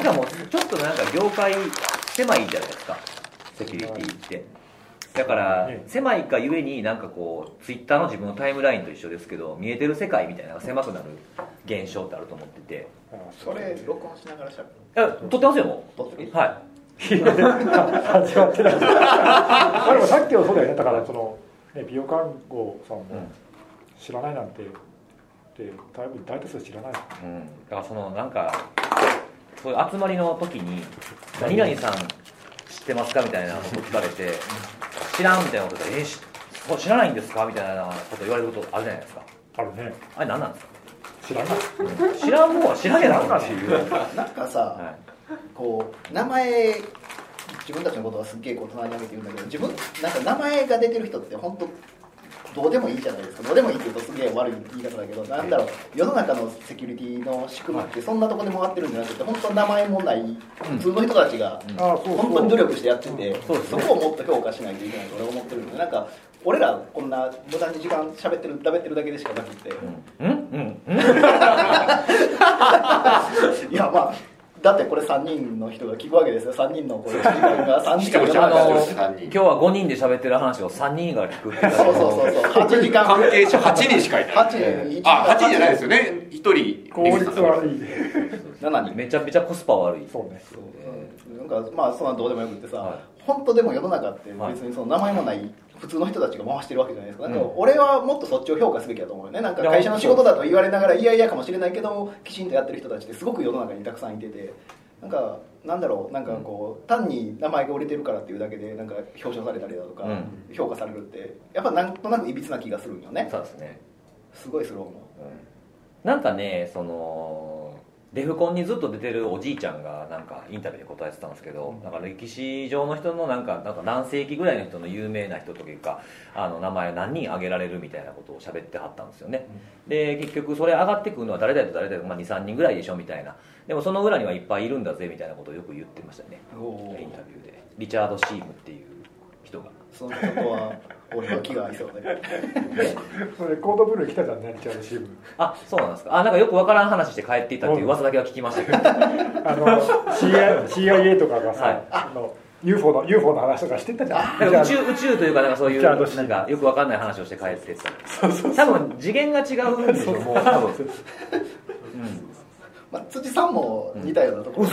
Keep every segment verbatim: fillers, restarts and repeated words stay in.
かもうちょっとなんか業界狭いじゃないですか、セキュリティって。だから狭いかゆえになんかこうツイッターの自分のタイムラインと一緒ですけど、見えてる世界みたいなのが狭くなる現象ってあると思ってて。 それ録音しながらしゃべる？ 撮ってますよもう。 撮ってる？ はい。 始まってない。あでもさっきはそうだよね。だからその、ね、美容看護さんも知らないなんて、うん、で大分大多数知らない。 うん。だからそのなんかそういう集まりの時に何々さん知ってますかみたいなこと聞かれて、知らんみたいなことで、えー、知らないんですかみたいなこと言われることあるじゃないですか。 あるね。 あれ何なんですか？ 知らない。 知らんもんは知らんやろっていう。 なんかさ、はい、こう名前自分たちのことはすっげえこう隣に上げて言うんだけど、自分なんか名前が出てる人って本当どうでもいいじゃないですか。どうでもいいって言うとすげえ悪い言い方だけど、なんだろう、世の中のセキュリティの仕組みってそんなとこで回ってるんじゃなくて、本当名前もない普通の人たちが本当に努力してやってて、そこをもっと評価しないといけないと俺は思ってるので、なんか俺らこんな無駄に時間喋ってるだべってるだけでしかなくて、 うんうんうん、 いやまあだってこれさんにんの人が聞くわけですよ。さんにんのこれ時間がさんじかんあの今日はごにんで喋ってる話をさんにんが聞くっていう。 そうそうそうそうはちじかん関係者はちにんしかいない。 はちにんあはちにんじゃないですよね。ひとり効率悪い。 しちにんめちゃめちゃコスパ悪い。 そうね。 そう、えー、なんかまあそんなどうでもよくってさ、はい、本当でも世の中って別にその名前もない普通の人たちが回してるわけじゃないですか。なんか俺はもっとそっちを評価すべきだと思うよね。なんか会社の仕事だと言われながらいやいやかもしれないけど、きちんとやってる人たちってすごく世の中にたくさんいてて、なんかなんだろう、なんかこう単に名前が売れてるからっていうだけでなんか表彰されたりだとか、うん、評価されるってやっぱなんとなくいびつな気がするんよね。 そうですね。 すごいする思う、 うん、なんかね、そのデフコンにずっと出てるおじいちゃんがなんかインタビューで答えてたんですけど、うん、なんか歴史上の人のなんかなんか何世紀ぐらいの人の有名な人というか、あの名前何人挙げられるみたいなことを喋ってはったんですよね、うん、で結局それ上がってくるのは誰々と誰々と、まあ、にさんにんぐらいでしょみたいな、でもその裏にはいっぱいいるんだぜみたいなことをよく言ってましたね、インタビューで。リチャード・シームっていう人が。 そのことは俺は気が合いそうだけどそれコードブルー来たじゃんね、リチャード・シーム。 あ、そうなんですか。あ、なんかよくわからん話して帰っていったっていう噂だけは聞きましたけどあの シーアイエー とかがさ、はい、あの ユーフォー の ユーフォー の話とかしてたじゃん。 なんか宇宙宇宙というかなんかそういうなんかよくわかんない話をして帰っていった。そうそうそう、多分次元が違うんでしょもう多分。うん。 まあ、辻さんも似たようなところ、うん、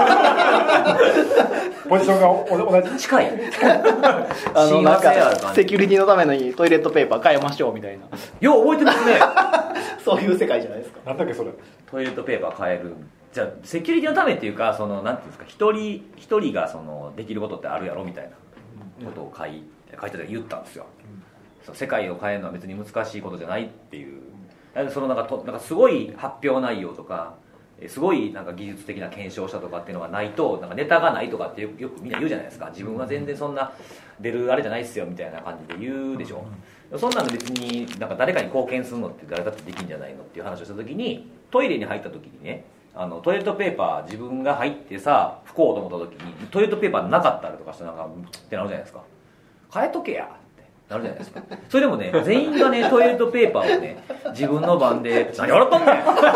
ポジションが同じ近いあのなんかセキュリティのためにトイレットペーパー変えましょうみたいな、 よう覚えてますねそういう世界じゃないですか。 なんだっけそれ。 トイレットペーパー変える、じゃあセキュリティのためっていうか、そのなんていうんですか、一人一人がそのできることってあるやろみたいなことを書い書いてた言ったんですよ、うん、世界を変えるのは別に難しいことじゃないっていう、そのなんかとなんかすごい発表内容とかすごいなんか技術的な検証したとかっていうのがないと、なんかネタがないとかってよくよくみんな言うじゃないですか。自分は全然そんな出るあれじゃないっすよみたいな感じで言うでしょ。そんなの別になんか誰かに貢献するのって誰だってできるんじゃないのっていう話をした時に、トイレに入った時にね、あのトイレットペーパー自分が入ってさ拭こうと思った時にトイレットペーパーなかったりとかしてなんかってなるじゃないですか。変えとけやなるじゃないですか。それでもね、全員がねトイレットペーパーをね自分の番で何笑っとんね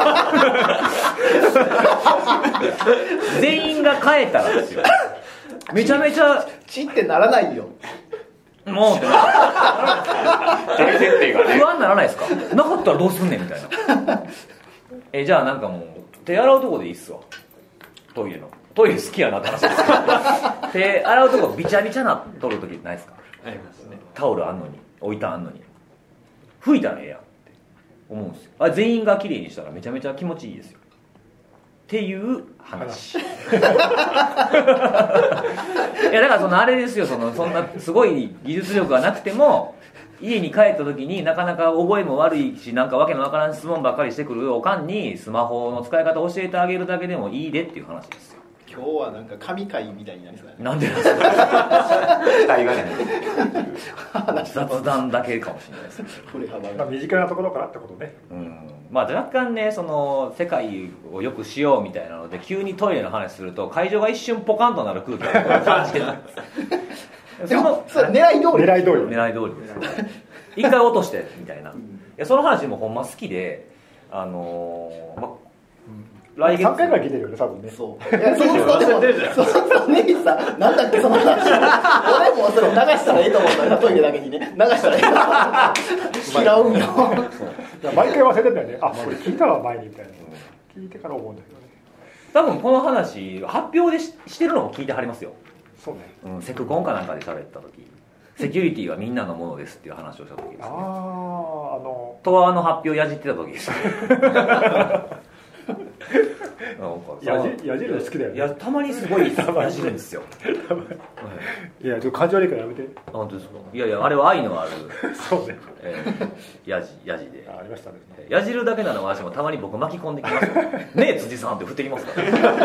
ん全員が変えたらですよ、めちゃめちゃチってならないよもう大前提がね不安にならないですか。なかったらどうすんねんみたいなえじゃあなんかもう手洗うとこでいいっすわ。トイレのトイレ好きやなって話です手洗うとこビチャビチャな取るときないですか。 ありますね。 タオルあんのに置いたあんのに拭いたらええやんって思うんですよ。あ全員が綺麗にしたらめちゃめちゃ気持ちいいですよっていう話いやだからそのあれですよ、そのそんなすごい技術力がなくても家に帰った時になかなか覚えも悪いし、なんかわけのわからん質問ばっかりしてくるおかんにスマホの使い方を教えてあげるだけでもいいでっていう話ですよ。 今日はなんか神回みたいになりそうだね。 なんでですか期待がね雑談だけかもしれないですね振れ幅が、 まあ、身近なところからってことね。 うん、まあ若干ね、その世界をよくしようみたいなので急にトイレの話すると会場が一瞬ポカンとなる空気を感じてたんですでもそれ狙い通り狙い通り狙い通りです一回落としてみたいな、いやその話もほんま好きで、あのーま、 来月さんかいぐらい聞いてるよね多分ね。 そういやそうそうでもそうそうネギさんなんだっけその話俺もそれ流したらいいと思ったらトイレだけにね流したらいいと思った違うんよいや毎回忘れてんだよね。あこれ聞いたわ前にみたいな聞いてから思うんだけどね。 多分この話発表で し, してるのも聞いてはりますよ、 そうね。 うん、セクコンかなんかで喋った時セキュリティはみんなのものですっていう話をした時ですね。 あああのトワの発表やじってた時ですやじやじるの好きだよね。 いやたまにすごいやじるんですよいやちょっと感情悪いからやめて。 本当ですか。いやいやあれは愛のあるそうね。 えー、やじやじであありましたね。 やじるだけなの私もたまに僕巻き込んできますよねえ辻さんって振ってきますから、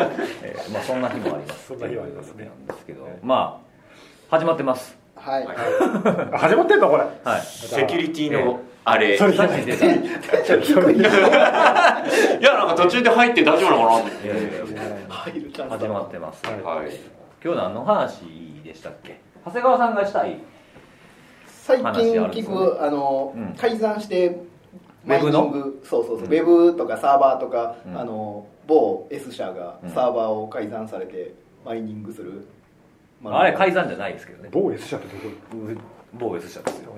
えーまあ、そんな日もありますそんな日もありますねなんですけど、まあ始まってます。 はいあ始まってんのこれ。 はいセキュリティのあれ、 それさっき出たいいやなんか途中で入って大丈夫なのかなって。 やいやいや入るチャンス始まってます、 はい。 今日何の話でしたっけ。長谷川さんがしたい最近話あるんです聞よねくあの、 うん改ざんしてウェブのマイニングそうそうそう、 うんウェブとかサーバーとか、 うんあの某 S 社がうんサーバーを改ざんされてマイニングする、まあれ改ざんじゃないですけどね。 某 S 社ってどこ？ 某 S 社ですよ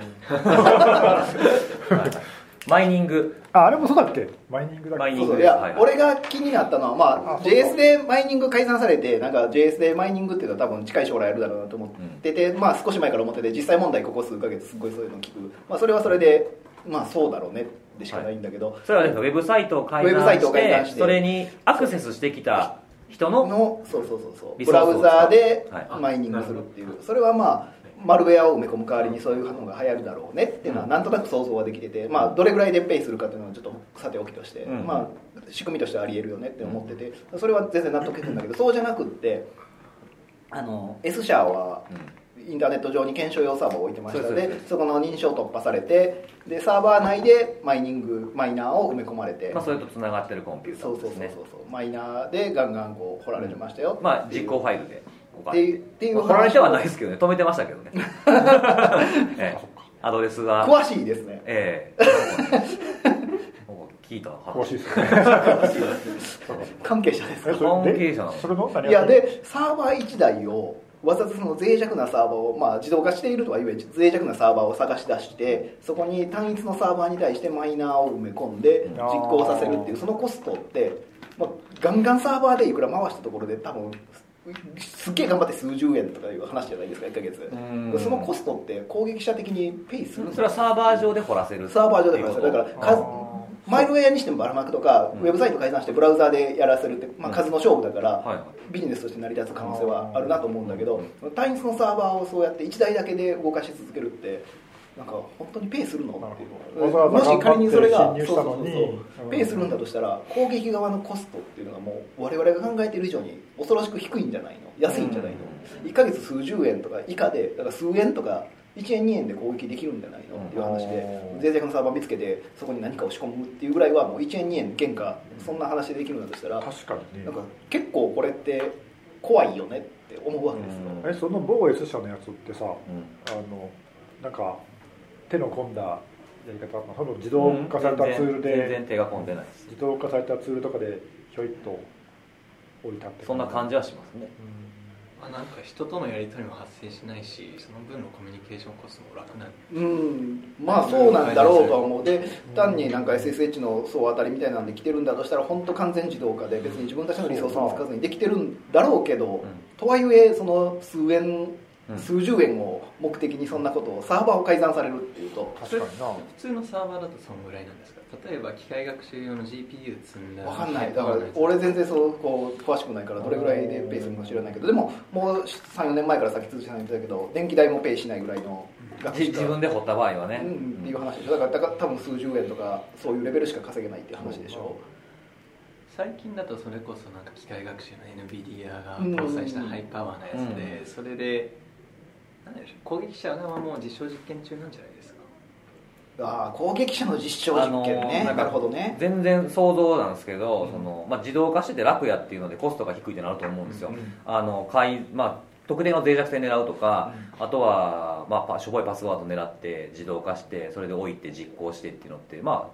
はいマイニングああれもそうだっけ？マイニングだっけ？ マイニングそうそういや、 はいはい俺が気になったのは、まあ、 あジェイエス でマイニング改ざんされて、なんか ジェイエス でマイニングっていうのは多分近い将来やるだろうなと思ってて、まあ少し前から思ってて、実際問題ここ数ヶ月すごいそういうの聞く。まあそれはそれで、まあそうだろうねでしかないんだけど、 それはですねウェブサイトを改ウェブサイトざんしを改ざんしててそれにアクセスしてきた人ののそうそうそうそうリソースをブラウザーではいマイニングするっていう、それはまあマルウェアを埋め込む代わりにそういうのが流行るだろうねっていうのはなんとなく想像はできてて、まあどれぐらいでペイするかっていうのはちょっとさておきとして、 うんまあ仕組みとしてはありえるよねって思ってて、それは全然納得いくんだけど、そうじゃなくってあの S 社はインターネット上に検証用サーバーを置いてましたので、 そうですそこの認証突破されて、でサーバー内でマイニングマイナーを埋め込まれて、 まあ、それとつながってるコンピュータそうそうそうーですね。 そうマイナーでガンガンこう掘られてましたよ、 まあ実行ファイルでっていうっていう話を掘られてはないですけどね、止めてましたけどね、ええ、アドレスは詳しいですね。 ええ聞いた詳しいですね。 関係者ですか。 えそれ関係者なのそれの何いやでサーバーいちだいをわざわざその脆弱なサーバーを、まあ、自動化しているとは言え脆弱なサーバーを探し出してそこに単一のサーバーに対してマイナーを埋め込んで実行させるっていうそのコストって、まあ、ガンガンサーバーでいくら回したところで多分すっげえ頑張って数十円とかいう話じゃないですかいっかげつ。そのコストって攻撃者的にペイするんですそれはサーバー上で掘らせるサーバー上で掘らせるだから数マイルウェアにしてもバラマクとか、 うんウェブサイト改ざんしてブラウザーでやらせるって、まあ、数の勝負だから、 はいはいビジネスとして成り立つ可能性はあるなと思うんだけど、単一のサーバーをそうやっていちだいだけで動かし続けるってなんか本当にペイするのっていうわざわざもし仮にそれが頑張って侵入したのにそうそうそうペイするんだとしたら攻撃側のコストっていうのがもう我々が考えている以上に恐ろしく低いんじゃないの安いんじゃないの、いっかげつ数十円とか以下でだから数円とかいちえんにえんで攻撃できるんじゃないのっていう話で脆弱なサーバー見つけてそこに何かを仕込むっていうぐらいはもういちえんにえん原価そんな話でできるんだとしたら確かにねなんか結構これって怖いよねって思うわけですよ、 えその某 S 社のやつってさ、 うんあのなんか手の込んだやり方その自動化されたツールで、 全然全然手が込んでないです。 自動化されたツールとかでひょいっと置いたってそんな感じはしますね。 まあ、なんか人とのやり取りも発生しないしその分のコミュニケーションコストも楽なうんまあそうなんだろうとは思うで単になんか エスエスエイチ の総当たりみたいなんで来てるんだとしたら本当完全自動化で別に自分たちのリソースも使わずにできてるんだろうけど、とはいえその数円うん数十円を目的にそんなことをサーバーを改ざんされるっていうと確かにな普通のサーバーだとそのぐらいなんですか。例えば機械学習用の ジーピーユー 積んだ分かんないだから俺全然そうこう詳しくないからどれぐらいでペイするのか知らないけどでももうさんよねんまえからさっき通知さん言ってたけど電気代もペイしないぐらいの額しか自分で掘った場合はね、 うんっていう話でしょだからだから多分数十円とかそういうレベルしか稼げないっていう話でしょ最近だとそれこそなんか機械学習の エヌビディア が搭載したハイパワーなやつで、 うんそれでなんでしょう攻撃者側も実証実験中なんじゃないですか。 ああ攻撃者の実証実験ね、 あのーなるほどね全然想像なんですけど、そのまあ、自動化してて楽やっていうのでコストが低いってなると思うんですよ、 うんあの買いまあ特定の脆弱性狙うとか、あとは、まあ、パしょぼいパスワード狙って自動化してそれで置いて実行してっていうのって、まあ、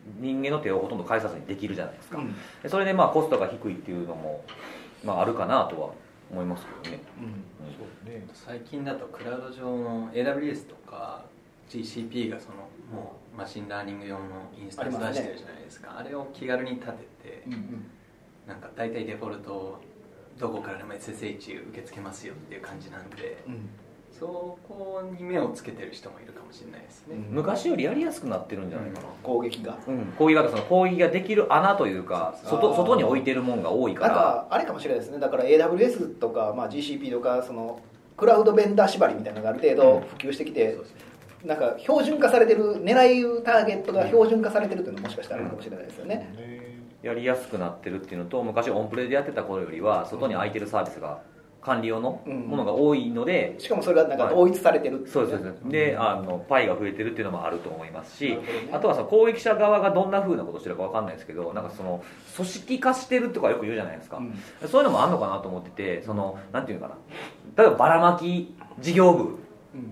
人間の手をほとんど介さずにできるじゃないですか、 うん、 でそれでまあコストが低いっていうのも、まあ、あるかなとは思いますけどね、 うんそうね。 最近だとクラウド上の エーダブリューエス とか ジーシーピー がそのもうマシンラーニング用のインスタンス出してるじゃないですか。 あ, す、ね、あれを気軽に立てて、 うんうん、 なんか大体デフォルトどこからでも エスエスエイチ 受け付けますよっていう感じなんで、うん、そこに目をつけてる人もいるかもしれないですね、 うん、昔よりやりやすくなってるんじゃないかな、うん、 攻撃が、 うん、攻撃がその攻撃ができる穴というか 外, 外に置いてるもんが多いから、 なんかあれかもしれないですね。だから エーダブリューエス とか、まあ、ジーシーピー とかそのクラウドベンダー縛りみたいなのがある程度普及してきて、うん、なんか標準化されてる、狙いターゲットが標準化されてるっていうのももしかしたらあるかもしれないですよね、 うん、やりやすくなってるっていうのと、昔オンプレでやってた頃よりは外に空いてるサービスが管理用のものが多いので、 うん、しかもそれがなんか統一されてるっていう、ね、 そうですそうです。で、あのパイが増えてるっていうのもあると思いますし、ね、あとはその攻撃者側がどんな風なことしてるか分かんないですけど、なんかその組織化してるとかよく言うじゃないですか、うん、そういうのもあるのかなと思ってて、そのなんていうのかな、例えばばらまき事業部、うん、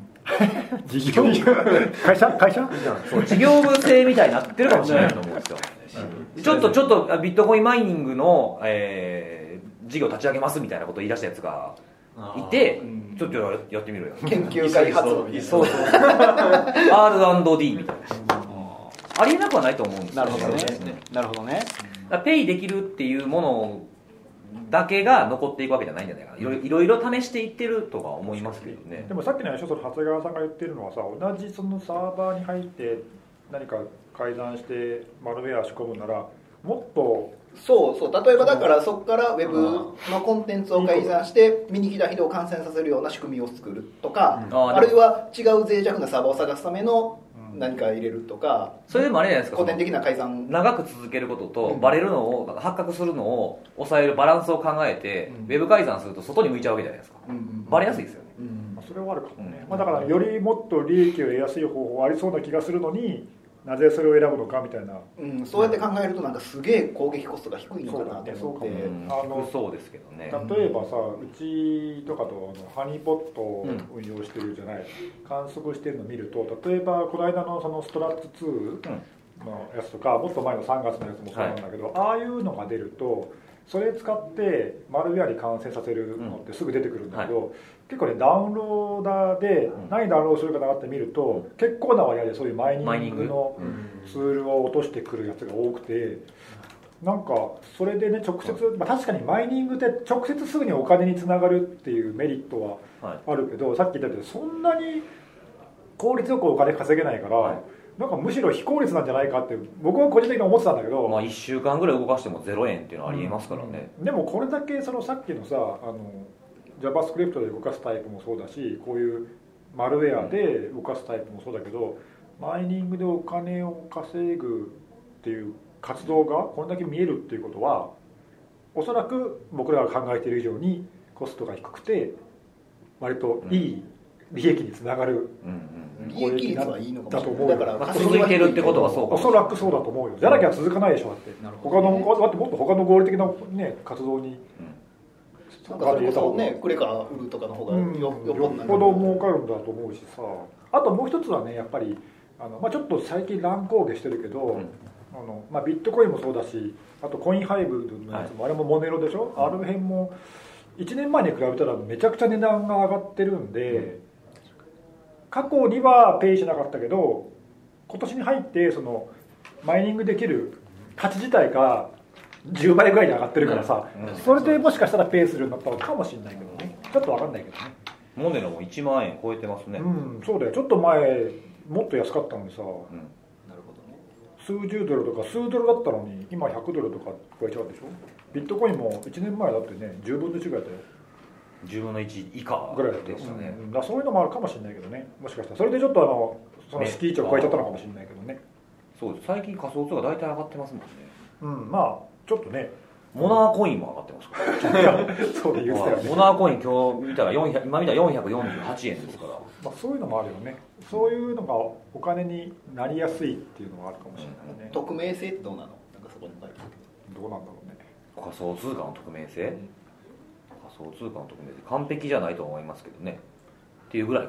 事業部会社会社そう事業部制みたいになってるかもしれないと思うんですよ、うん、ちょっとちょっとビットコインマイニングの、えー、事業立ち上げますみたいなことを言い出したやつがいて、うん、ちょっとやってみろよ、 研究開発部みたいな、 そうそう アールアンドディー みたいな、うん、ありえなくはないと思うんですよ。 なるほどね、なるほどね。 だペイできるっていうものだけが残っていくわけじゃないんじゃないかな、いろいろいろ試していってるとは思いますけどね。 でもさっきの話、その長谷川さんが言ってるのはさ、同じそのサーバーに入って何か改ざんしてマルウェア仕込むならもっと、 そうそう、例えばだからそこからウェブのコンテンツを改ざんして見に来た人を感染させるような仕組みを作るとか、うん、あるいは違う脆弱なサーバーを探すための何か入れるとか、 それでもあれじゃないですか、 古典的な改ざん長く続けることとバレるのを発覚するのを抑えるバランスを考えて、うん、ウェブ改ざんすると外に向いちゃうわけじゃないですか、うんうん、バレやすいですよね、 うん、それはあるかもね、うん、まあ、だからよりもっと利益を得やすい方法ありそうな気がするのになぜそれを選ぶのかみたいな、 うん、そうやって考えるとなんかすげえ攻撃コストが低いのかなと思って、 そうかも、うん、あのそうですけどね。 例えばさ、うちとかとあのハニーポットを運用してるじゃない、うん、観測してるのを見ると、例えばこの間のそのストラッツツーのやつとか、もっと前のさんがつのやつもそうなんだけど、はい、ああいうのが出るとそれ使ってマルウェアに感染させるのってすぐ出てくるんだけど、うんはい、結構ね、ダウンローダーで何ダウンロードするかなって見ると、うん、結構な割合でそういうマイニングのツールを落としてくるやつが多くて、なんかそれでね、直接、まあ、確かにマイニングって直接すぐにお金につながるっていうメリットはあるけど、はい、さっき言ったけどそんなに効率よくお金稼げないから、はい、なんかむしろ非効率なんじゃないかって僕は個人的に思ってたんだけど、 まあ、いっしゅうかんぐらい動かしてもゼロえんっていうのはありえますからね、 うん、でもこれだけそのさっきのさ、あの JavaScript で動かすタイプもそうだし、こういうマルウェアで動かすタイプもそうだけど、マイニングでお金を稼ぐっていう活動がこれだけ見えるっていうことは、おそらく僕らが考えている以上にコストが低くて割といい利益につながる、 うんうん、利益率はいいのかもしれない。 だから続いてるってことはそうかもおそらくそうだと思うよ。じゃなきゃ続かないでしょ。だって他のだってもっと他の合理的な、ね、活動に、 うん、なんかそれこそね、クレカ売るとかの方がよ、うん、よっぽど儲かるんだと思うしさ。あともう一つはね、やっぱりあの、まあ、ちょっと最近乱高下してるけど、うん、あのまあ、ビットコインもそうだし、あとコインハイブのやつも、はい、あれもモネロでしょ、うん、あの辺もいちねんまえに比べたらめちゃくちゃ値段が上がってるんで、うん、過去にはペイしなかったけど今年に入ってそのマイニングできる価値自体がじゅうばいぐらいに上がってるからさ、うんうん、それでもしかしたらペイするようになったのかもしれないけどね、ちょっと分かんないけどね。 モネロもいちまんえん超えてますね。 うん、そうだよ。ちょっと前もっと安かったのにさ、うん、 なるほどね、 数十ドルとか数ドルだったのに今ひゃくドルとか超えちゃうでしょ。ビットコインもいちねんまえだってねじゅうぶんのいちぐらいだよ。 じゅうぶんのいち以下ぐらいでしたね、うん、だそういうのもあるかもしれないけどね。もしかしたらそれでちょっとあのその敷地を超えちゃったのかもしれないけどね。 そうです。最近仮想通貨大体上がってますもんね。 うん、まあちょっとね、 モナーコインも上がってますからそうで言ってたよね。 モナーコイン今日見たらよんひゃく今見たらよんひゃくよんじゅうはちえんですから、 まあ、そういうのもあるよね。そういうのがお金になりやすいっていうのがあるかもしれないね、うん、 匿名性ってどうなの？なんかそこに書いてあるけどどうなんだろうね。 仮想通貨の匿名性、うん、仮想通貨の匿名性完璧じゃないと思いますけどねっていうぐらいかな。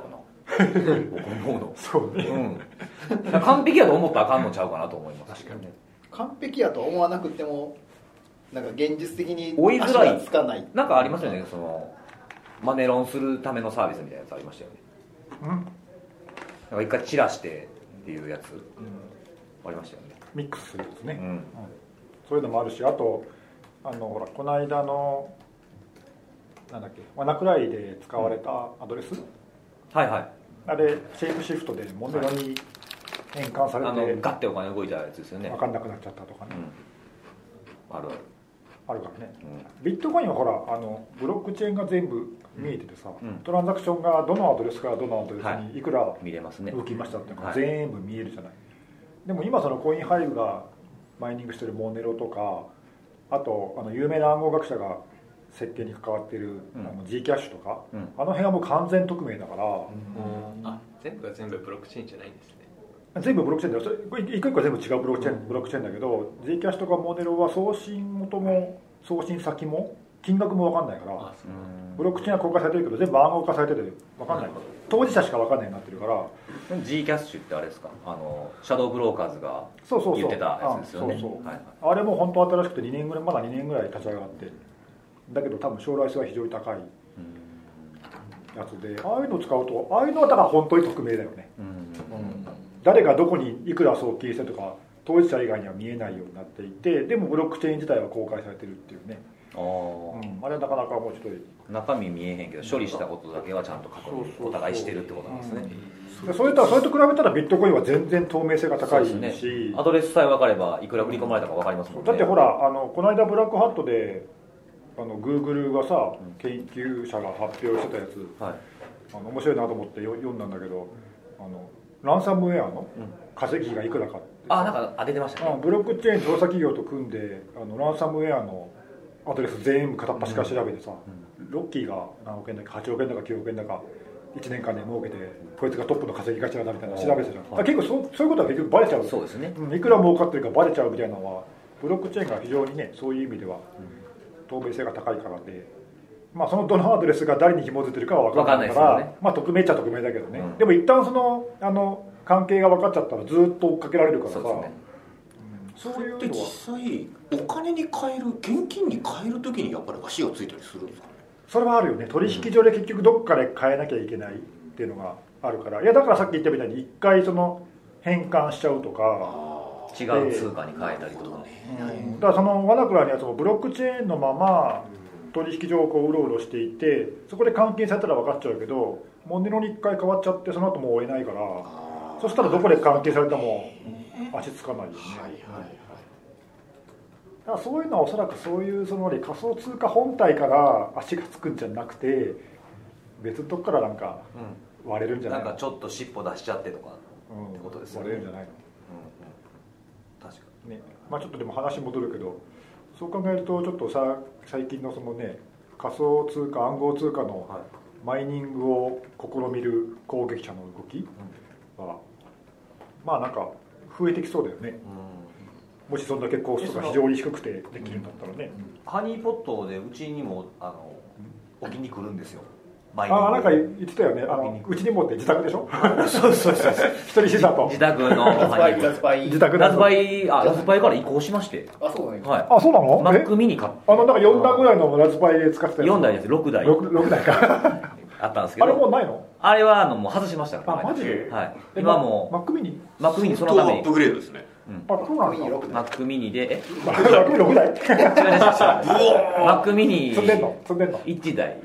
僕思うのそうね、 うん、完璧やと思ったらあかんのちゃうかなと思います。 確かに完璧やと思わなくてもなんか現実的に追いづらい足がつかない。 なんかありますよね、そのマネロンするためのサービスみたいなやつありましたよね。 うん、 なんか一回散らしてっていうやつ、うん、ありましたよね。 ミックスするんですね、 うんうん、 そういうのもあるし、あとあのほらこの間のなんだっけワナクライで使われたアドレス、うん、 はいはい、 あれシェイプシフトでモネロに変換されて、 あのガッてお金動いたやつですよね。 分かんなくなっちゃったとかね、 うん、あるあるあるからね、うん、ビットコインはほらあのブロックチェーンが全部見えててさ、うん、トランザクションがどのアドレスからどのアドレスにいくら見れますね、 動きましたっていうのが全部見えるじゃない、はい、でも今そのコインハイブがマイニングしてるモネロとか、あとあの有名な暗号学者が設計に関わっている、うん、あの G キャッシュとか、うん、あの辺はもう完全匿名だから、うん、 あ全部が全部ブロックチェーンじゃないんですね。 全部ブロックチェーンだよ。それ一個一個は全部違うブロックチェーン、ブロックチェーンだけど G キャッシュとかモネロは送信元も送信先も金額も分かんないから、ブロックチェーンは公開されてるけど全部暗号化されてて分かんない、当事者しか分かんないようになってるから。 G キャッシュってあれですか、あのシャドウブローカーズが言ってたやつですよね。 そうそうそう、はい、あれも本当新しくてにねんぐらい、まだにねんぐらい立ち上がってだけど多分将来性は非常に高いやつで、ああいうのを使うと、ああいうのはだから本当に匿名だよね、うんうん、誰がどこにいくら送金してとか当事者以外には見えないようになっていて、でもブロックチェーン自体は公開されてるっていうね。あ, うん、あれはなかなか面白い。 中身見えへんけど処理したことだけはちゃんと確認お互いしてるってことなんですね。 うん、それとそれと比べたらビットコインは全然透明性が高いし、ね、 アドレスさえ分かればいくら振り込まれたか分かりますもんね。 だってほらあのこの間ブラックハットであの Google がさ、研究者が発表してたやつ、はい、あの面白いなと思って読んだんだけど、あのランサムウェアの稼ぎがいくらかって、 うん、あなんかあ出てましたね。 ブロックチェーン調査企業と組んであのランサムウェアのアドレス全部片っ端から調べてさ、うん、ロッキーが何億円だかはちおくえんだかきゅうおくえんだかいちねんかんで儲けてこいつがトップの稼ぎ頭だみたいな調べてたじゃん、はい、結構 そ, そういうことは結局バレちゃう。 そうですね、 うん、いくら儲かってるかバレちゃうみたいなのはブロックチェーンが非常にねそういう意味では透明性が高いからで、まあ、そのどのアドレスが誰に紐づいてるかは分からないから、ね、まあ匿名っちゃ匿名だけどね、うん、でも一旦そのあの関係が分かっちゃったらずっと追っかけられるからさ。そうですね、 それって実際お金に換える現金に換えるときにやっぱり足がついたりするんですかね。 それはあるよね。取引所で結局どっかで変えなきゃいけないっていうのがあるから、いやだからさっき言ったみたいに一回その変換しちゃうとか違う通貨に変えたりとか、 うん、だからそのワナクラにはそのブロックチェーンのまま取引所をこううろうろしていて、そこで換金されたら分かっちゃうけどモネロに一回変わっちゃってその後もう追えないから、そしたらどこで換金されても足つかないよね。はいはい、だからそういうのはおそらくそういうその仮想通貨本体から足がつくんじゃなくて別のとこからなんか割れるんじゃないの、 うん、なんかちょっと尻尾出しちゃってとかってことですよね、 割れるんじゃないの、 うんうん、確かにね。まあちょっとでも話戻るけど、そう考えるとちょっとさ最近のそのね仮想通貨暗号通貨のマイニングを試みる攻撃者の動きは、まあなんか増えてきそうだよね、うん、もしそんだけコストが非常に低くてできるんだったらね、 うん、ハニーポットでうちにもあの置きに来るんですよ。 ああなんか言ってたよね。あのうちにもって自宅でしょ。 そうそうそう一人資産と自宅のハニーラズパイ自宅ラズパイあラズパイから移行しまして。 あそうなの、 はい、あそうなの。 マックミニ買って、 あのなんかよんだんぐらいのラズパイで使ってたやつ。 よんだいです。ろくだい 6, 6台かあったんですけど、 あれもうないの。 あれはあのもう外しましたから。 あマジで。 はい、今もマックミニマックミニそのためにアップグレードですね。 うん、あそうなんですか。 マックミニでえマックミニろくだいマックミニ積んでんの積んでんのいちだい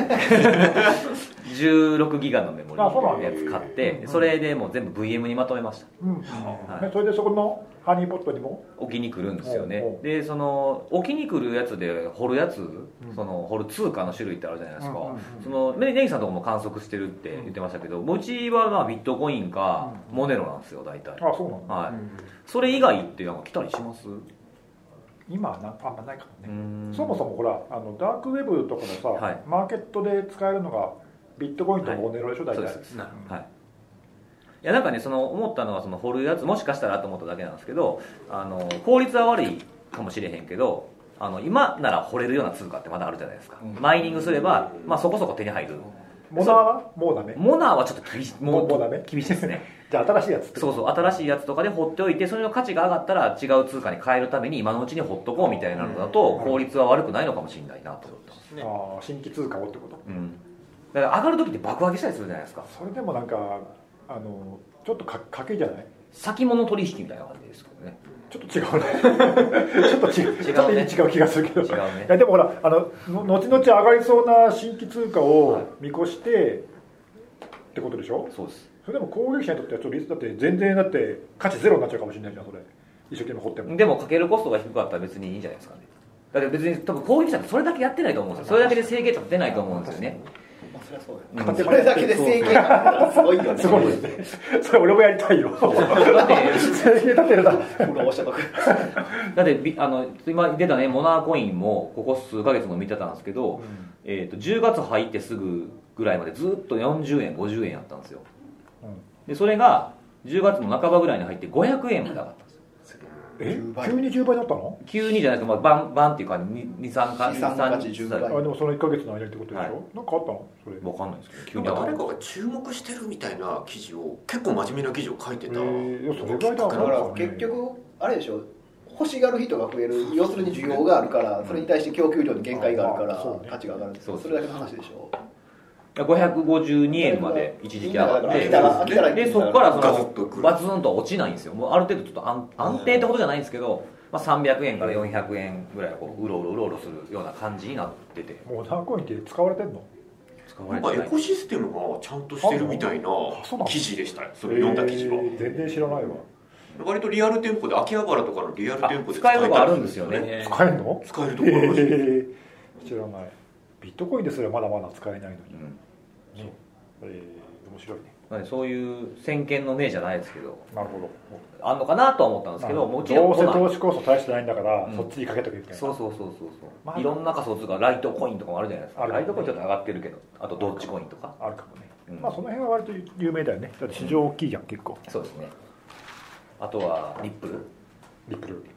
じゅうろくギガのメモリのやつ買ってそれでもう全部 ブイエム にまとめました、うんはい、それでそこのハニーポットにも置きに来るんですよね。でその置きに来るやつで掘るやつ、うん、その掘る通貨の種類ってあるじゃないですか、うんうんうん、そのネギさんのとこも観測してるって言ってましたけど、うちはまあビットコインかモネロなんですよ大体。 あそうなんだ、 はい、うん、それ以外ってなんか来たりします？ 今はなあんまないかもね。そもそもほらあのダークウェブとかのさ、はい、マーケットで使えるのがビットコインとモネロでしょ、はい、大体。そうです、うん、はい。 いやなんかねその思ったのはその掘るやつもしかしたらと思っただけなんですけど、あの効率は悪いかもしれへんけど、あの今なら掘れるような通貨ってまだあるじゃないですか、うん、マイニングすれば、まあ、そこそこ手に入るモナーはもうダメ。 モナーはちょっと厳しい、 もうもうダメ厳しいですねじゃあ新しいやつってそうそう新しいやつとかで放っておいてそれの価値が上がったら違う通貨に変えるために今のうちに放っとこうみたいなのだと効率は悪くないのかもしれないなと思ってます、 ね、 ああ新規通貨をってこと、 うん、だから上がる時って爆上げしたりするじゃないですか。 それでもなんかあのちょっとか賭けじゃない？ 先物取引みたいな感じですけどね。 ちょっと違うねちょっと違う、 違うね、 ちょっと違う気がするけど違うね。 いやでもほらあの後々上がりそうな新規通貨を見越して、はい、ってことでしょ。 そうです。 それでも攻撃者にとってはちょっとリスクだって全然だって価値ゼロになっちゃうかもしれないじゃんそれ一生懸命掘っても。 でもかけるコストが低かったら別にいいんじゃないですかね。だって別に多分攻撃者ってそれだけやってないと思うんですよ。それだけで制限とか出ないと思うんですよね。 そりゃそうだよ、うん、それだけで制限がすごいよね。 すごいですね。それ俺もやりたいよ。だって制限立てるな。だってあの今出たねモナーコインもここ数ヶ月も見てたんですけど、うんえー、とじゅうがつ入ってすぐぐらいまでずっとよんじゅうえんごじゅうえんやったんですよ。うん、でそれがじゅうがつの半ばぐらいに入ってごひゃくえんまで上がったんですよ。 え急にじゅうばいになったの？ 急にじゃないですか、まあ、バンバンっていうかに、さんかじゅうばい。あ、 でもそのいっかげつの間ってことでしょ、はい、なんかあったのそれ？ 分かんないですけど急に誰かが注目してるみたいな記事を結構真面目な記事を書いてた、えー、それぐらいだから、ね、結局あれでしょ欲しがる人が増える要するに需要があるからそれに対して供給量に限界があるから価値が上がるってそれだけの話でしょ。 ごひゃくごじゅうにえんまで一時期上がってでそこからそのバツンと落ちないんですよ。もうある程度ちょっと 安, 安定ってことじゃないんですけど、まあ、さんびゃくえんからよんひゃくえんぐらいこううろうろうろうろするような感じになってて。 モナーコインって使われてんの？ 使われてない。なんかエコシステムがちゃんとしてるみたいな記事でしたよ。それ読んだ記事は、えー、 全然知らないわ。 割とリアル店舗で秋葉原とかのリアル店舗で使えるとこあるんですよね。 使えるの？ 使えるところあるらしいです、 えー、知らない。ビットコインですらまだまだ使えないのに、うんそうえー、面白いね。 そういう先見の明じゃないですけどなるほどあんのかなとは思ったんですけど、もちろんどうせ投資こそ大してないんだから、うん、そっちにかけとけみたいな。 そうそうそうそうそう、まあ、いろんな仮想通貨ライトコインとかもあるじゃないですか。ライトコインちょっと上がってるけどあとドッジコインとかあるかもね、うん、まあその辺は割と有名だよね。だって市場大きいじゃん、うん、結構。 そうですね。あとはリップルリップル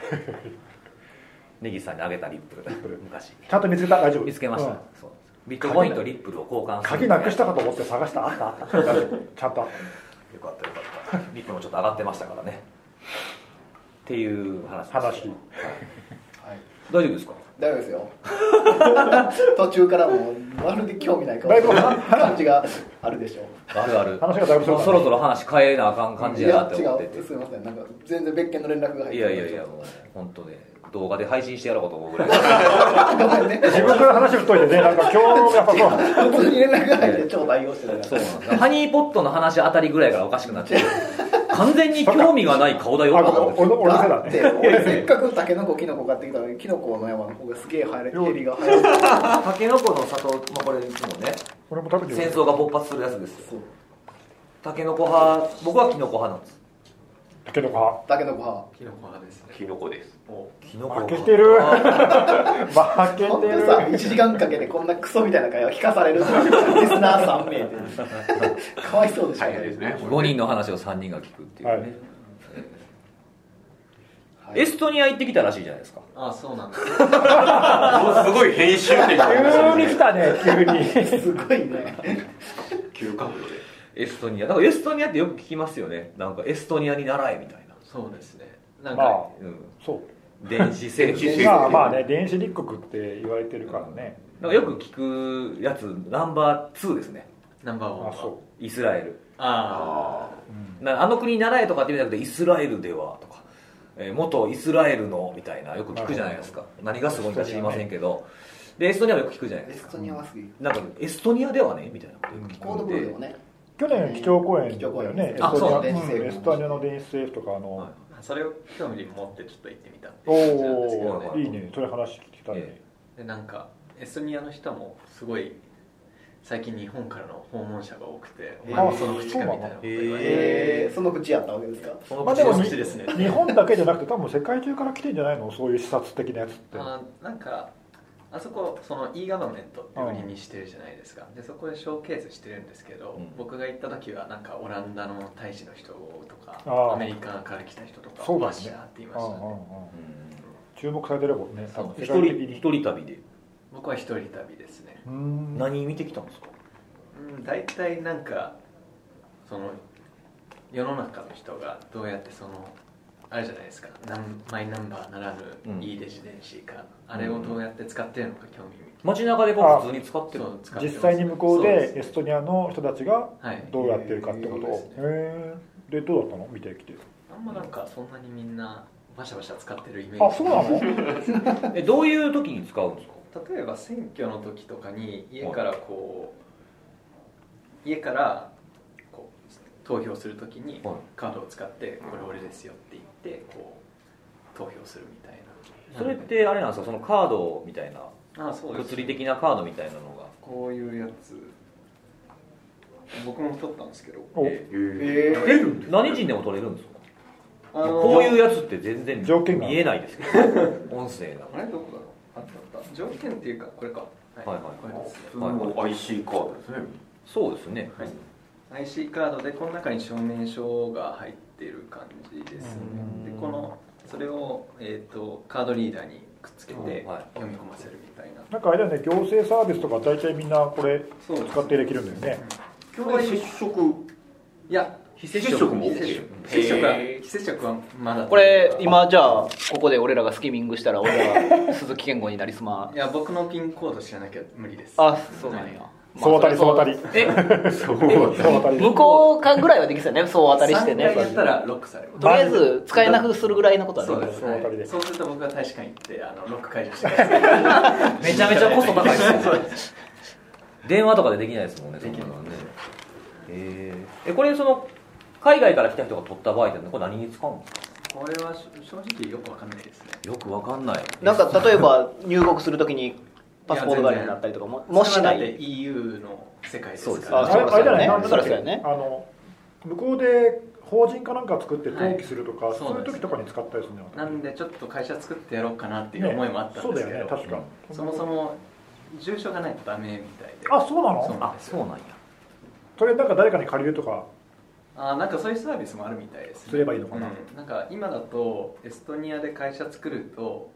ネギさんにあげたリップル昔ちゃんと見つけた？大丈夫？ 見つけました、うん、そうビットコインとリップルを交換する。 鍵なくしたかと思って探した。あったあったちゃんとよかったよかったリップルもちょっと上がってましたからねっていう話です。 話、はい、 大丈夫ですか？ 大丈夫ですよ途中からもまるで興味ない顔してる感じがあるでしょ。 あるある。 話がだいぶそろそろ話変えなあかん感じやなって思ってて。 いや違うすいませんなんか全然別件の連絡が入っていやいやいやもう本当ね動画で配信してやろうかと思うぐらいごめんね自分から話振っといてねなんか今日やっぱそう普通に連絡が入って超対応してたそうなんです。ハニーポットの話あたりぐらいからおかしくなっちゃう完全に興味がない顔だよなと思って。 俺のせいだって俺せっかくタケノコキノコ買ってきたのにキノコの山の方がすげえ生えるヘリが生えるタケノコの里、まあ、これいつもね俺も食べて戦争が勃発するやつですよ。タケノコ派僕はキノコ派なんです。 タケノコ派タケノコ派キノコ派ですね。 キノコです。 キノコ負けてる負けてるさいちじかんかけてこんなクソみたいな会話聞かされるリスナーさん名でかわいそうでしょ、 大変ですね。 ごにんの話をさんにんが聞くっていうね、はいはい、 エストニア行ってきたらしいじゃないですか。 ああそうなんですすごい編集点急に来たね急にすごいね急角度でエストニアだからエストニアってよく聞きますよね。なんかエストニアに習えみたいな。 そうですね。なんか、 まあうん、 そう電子政府まあまあね電子立国って言われてるからね。 なんかよく聞くやつナンバーツーですね。 ナンバーワンはあそうイスラエル。 あああの国に習えとかって言うんじゃなくてイスラエルではとか、えー、元イスラエルのみたいなよく聞くじゃないですか。何がすごいか知りませんけどでエストニアもよく聞くじゃないですか。 エストニアは好きなんかエストニアではねみたいなことよく聞くコードブルーでもね去年基調講演だよね。 あそうエストニアの電子政府とかあの、はい、 それを興味持ってちょっと行ってみたっておおーいいねそれ話聞きたいね。 でなんかエストニアの人もすごい最近日本からの訪問者が多くて、お前もその口かみたいなこと言われて、 えー、その口やったわけですか。 その口の口ですね。 日本だけじゃなくて多分世界中から来てんじゃないのそういう視察的なやつって。 あなんかあそこその e ガバメントって売りにしてるじゃないですか。でそこでショーケースしてるんですけど、うん、僕が行った時はなんかオランダの大使の人とかアメリカから来た人とかそうだ、ね、 マジだって言いましたね。うんうんうん、 注目されてるもんね。 一人一人旅で。 僕は一人旅ですね。 何見てきたんですか。 うん、大体なんかその世の中の人がどうやってそのあれじゃないですか、マイナンバーならぬ、うん、いいレジデンシーか、あれをどうやって使ってるのか興味み街中でこう普通に使ってる。 実際に向こうでエストニアの人たちがどうやってるかってことを、はい、へーでどうだったの見てきて。 あんまなんかそんなにみんなバシャバシャ使ってるイメージ。 あ、そうなのえどういう時に使うんですか。 例えば選挙の時とかに家からこう、家からこう投票する時にカードを使ってこれ俺ですよって言ってこう投票するみたいな。 それってあれなんですか、そのカードみたいな、 ああそうです、 物理的なカードみたいなのがこういうやつ僕も取ったんですけど、 ええー、え何人でも取れるんですか。あのー、こういうやつって全然見えないですけど音声があれどこだろう、あったあった条件っていうかこれか、はいはいはい、これですね、 はいはい、アイシー カードですね。 そうですね、 はい、アイシー カードでこの中に証明書が入っている感じですね。でこのそれを、えー、とカードリーダーにくっつけて読み込ませるみたいな、 なんかあれだよね、行政サービスとか大体みんなこれ使ってできるんだよね。 今日は接触、 いや非接触も OK。 非接触は非接触はまだこれ今じゃあここで俺らがスキミングしたら俺ら鈴木健吾になりすま。 いや僕のピンコード知らなきゃ無理です。 あ、そうなんや。 総当たり総当たり。 え、向こう間ぐらいはできそうね、総当たりしてね。 さんかいやったらロックされる。 とりあえず使えなくするぐらいのことはできる。 そうです、はい、そうすると僕が大使館行ってあのロック解除してください。 めちゃめちゃコスト高いですね。電話とかでできないですもんね。できるのね。えー、えこれその海外から来た人が取った場合ってこれ何に使うんですか。 これは正直よくわかんないですね。 よくわかんない。 なんか例えば入国するときにパスポート代わりになったりとかももしない。 イーユー の世界ですから。 あ、あれだね。それそうやね。あの向こうで法人かなんか作って登記するとか、はい、そういう時とかに使ったりするんだよ。 なんでちょっと会社作ってやろうかなっていう思いもあったんですけど、ね、そうだよね、確か。そもそも住所がないとダメみたいで。 あ、そうなの？ そうなんですよ。あ、そうなんや。 それなんか誰かに借りるとか。 あ、なんかそういうサービスもあるみたいですね。 すればいいのかな、 うん、なんか今だとエストニアで会社作ると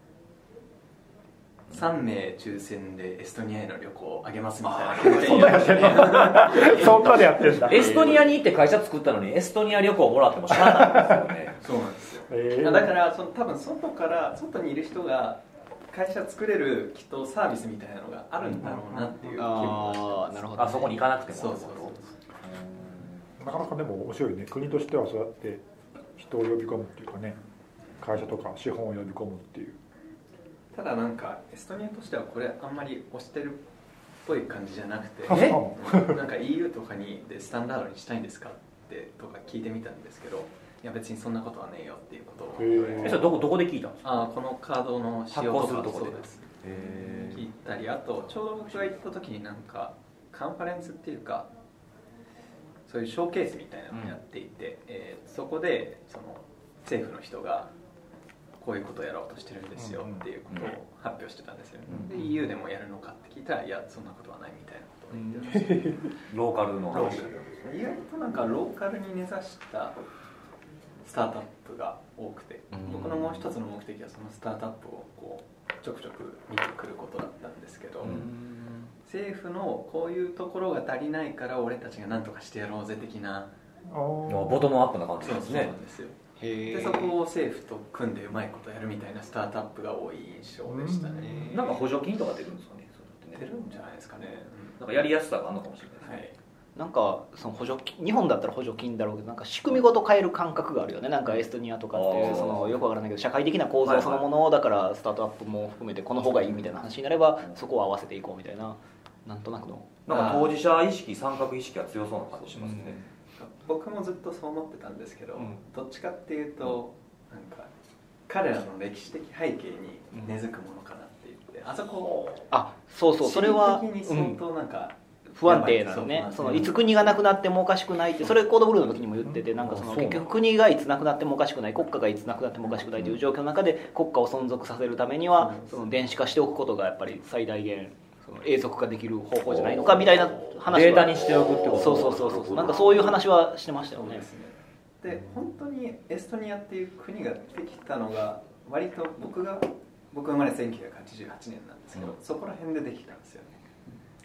さんめい抽選でエストニアへの旅行をあげますみたいな。 そんなやってんの？そんなでやってんだ。 エストニアに行って会社作ったのにエストニア旅行もらってもしゃあないんですよね。 そうなんですよ、えー、だからその多分外から外にいる人が会社作れるきっとサービスみたいなのがあるんだろうなっていう気も。 ああ、なるほど、ね、あそこに行かなくても。 そうそうそう。 なかなかでも面白いね。国としてはそうやって人を呼び込むっていうかね、会社とか資本を呼び込むっていう。 ただなんかエストニアとしてはこれあんまり推してるっぽい感じじゃなくて、 えなんか イーユー とかにでスタンダードにしたいんですかってとか聞いてみたんですけど、いや別にそんなことはねえよっていうことを言われて。 え、それどこどこで聞いたんですか。 あ、このカードの使用とか。 ところで聞いたり、あとちょうど僕が行った時になんかカンファレンスっていうかそういうショーケースみたいなのをやっていて、うん、えー、そこでその政府の人がこういうことをやろうとしてるんですよっていうことを発表してたんですよね、うん、で イーユー でもやるのかって聞いたら、いやそんなことはないみたいなことを言ってるんですよ。 ローカルの話。 意外となんかローカルに根ざしたスタートアップが多くて、僕のもう一つの目的はそのスタートアップをこうちょくちょく見てくることだったんですけど、政府のこういうところが足りないから俺たちが何とかしてやろうぜ的なボトムアップな感じですね。 そうなんですよ。でそこを政府と組んでうまいことやるみたいなスタートアップが多い印象でしたね。 なんか補助金とか出るんですかね。 出るんじゃないですかね。 なんかやりやすさがあるのかもしれないですね。 はい、なんかその補助金、日本だったら補助金だろうけど、なんか仕組みごと変える感覚があるよね。なんかエストニアとかってそのよくわからないけど社会的な構造そのものだからスタートアップも含めてこの方がいいみたいな話になればそこを合わせていこうみたいな、なんとなくのなんか当事者意識、参画意識が強そうな感じしますね。 うん、僕もずっとそう思ってたんですけど、うん、どっちかっていうとなんか彼らの歴史的背景に根付くものかなって言って、あそこあそうそうそれは地理的に相当なんか、 うん、不安定なのね。そのいつ国がなくなってもおかしくないって、それコードブルーの時にも言ってて、なんかその結局国がいつなくなってもおかしくない、国家がいつなくなってもおかしくないという状況の中で国家を存続させるためにはその電子化しておくことがやっぱり最大限その永続化できる方法じゃないのかみたいな話はデータにしておくってこと。 そうそうそうそう、なんかそういう話はしてましたよね。 で本当にエストニアっていう国ができたのが割と僕が僕生まれせんきゅうひゃくはちじゅうはちねんなんですけど、うん、そこら辺でできたんですよね。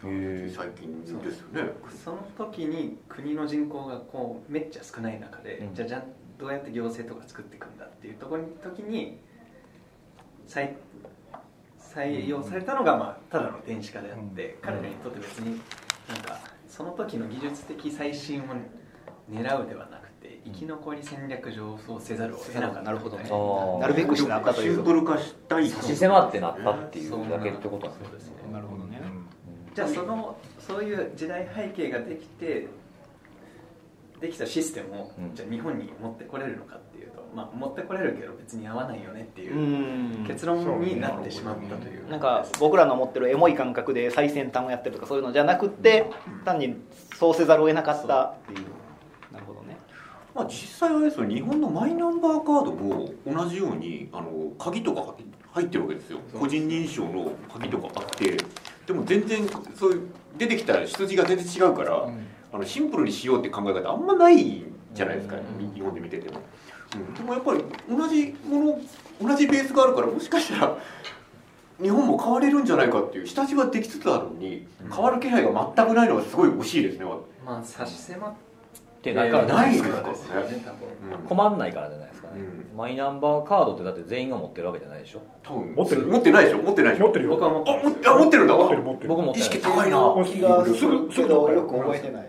最近ですよね。 その時に国の人口がこうめっちゃ少ない中で、うん、じゃあじゃどうやって行政とか作っていくんだっていうところに時に採採用されたのが、まあ、ただの電子化であって、うん、彼らにとって別になんかその時の技術的最新を狙うではなくて生き残り戦略上そうせざるを得なかった、 なるほどね。なるべくしなかったというシンプル化したい差し迫ってなったっていうだけってことなんですね。 なるほどね。 じゃあそのそういう時代背景ができてできたシステムを、うん、じゃあ日本に持ってこれるのかっていうと、まあ、持ってこれるけど別に合わないよねっていう結論になってしまったという、 なんか僕らの持ってるエモい感覚で最先端をやってるとかそういうのじゃなくて、単にそうせざるを得なかったっていう。なるほどね。 まあ、実際はですね、日本のマイナンバーカードも同じようにあの鍵とか入ってるわけですよ。個人認証の鍵とかあって、でも全然そういう出てきた出自が全然違うから、うん、あのシンプルにしようって考え方あんまないじゃないですか、うん、日本で見てても、うん、でもやっぱり同じもの同じベースがあるから、もしかしたら日本も変われるんじゃないかっていう下地はできつつあるのに、変わる気配が全くないのがすごい惜しいですね。 まあ差し迫ってないからないですからね、 困んないからじゃないですかね、うん、マイナンバーカードってだって全員が持ってるわけじゃないでしょ。 多分持ってる持ってないでしょ。持ってないでしょ。 持ってるよ。 僕は持ってる。 あ、持ってるんだ。 持ってる持ってる。 僕持ってる。 意識高いな。 気がするけどよく覚えてない。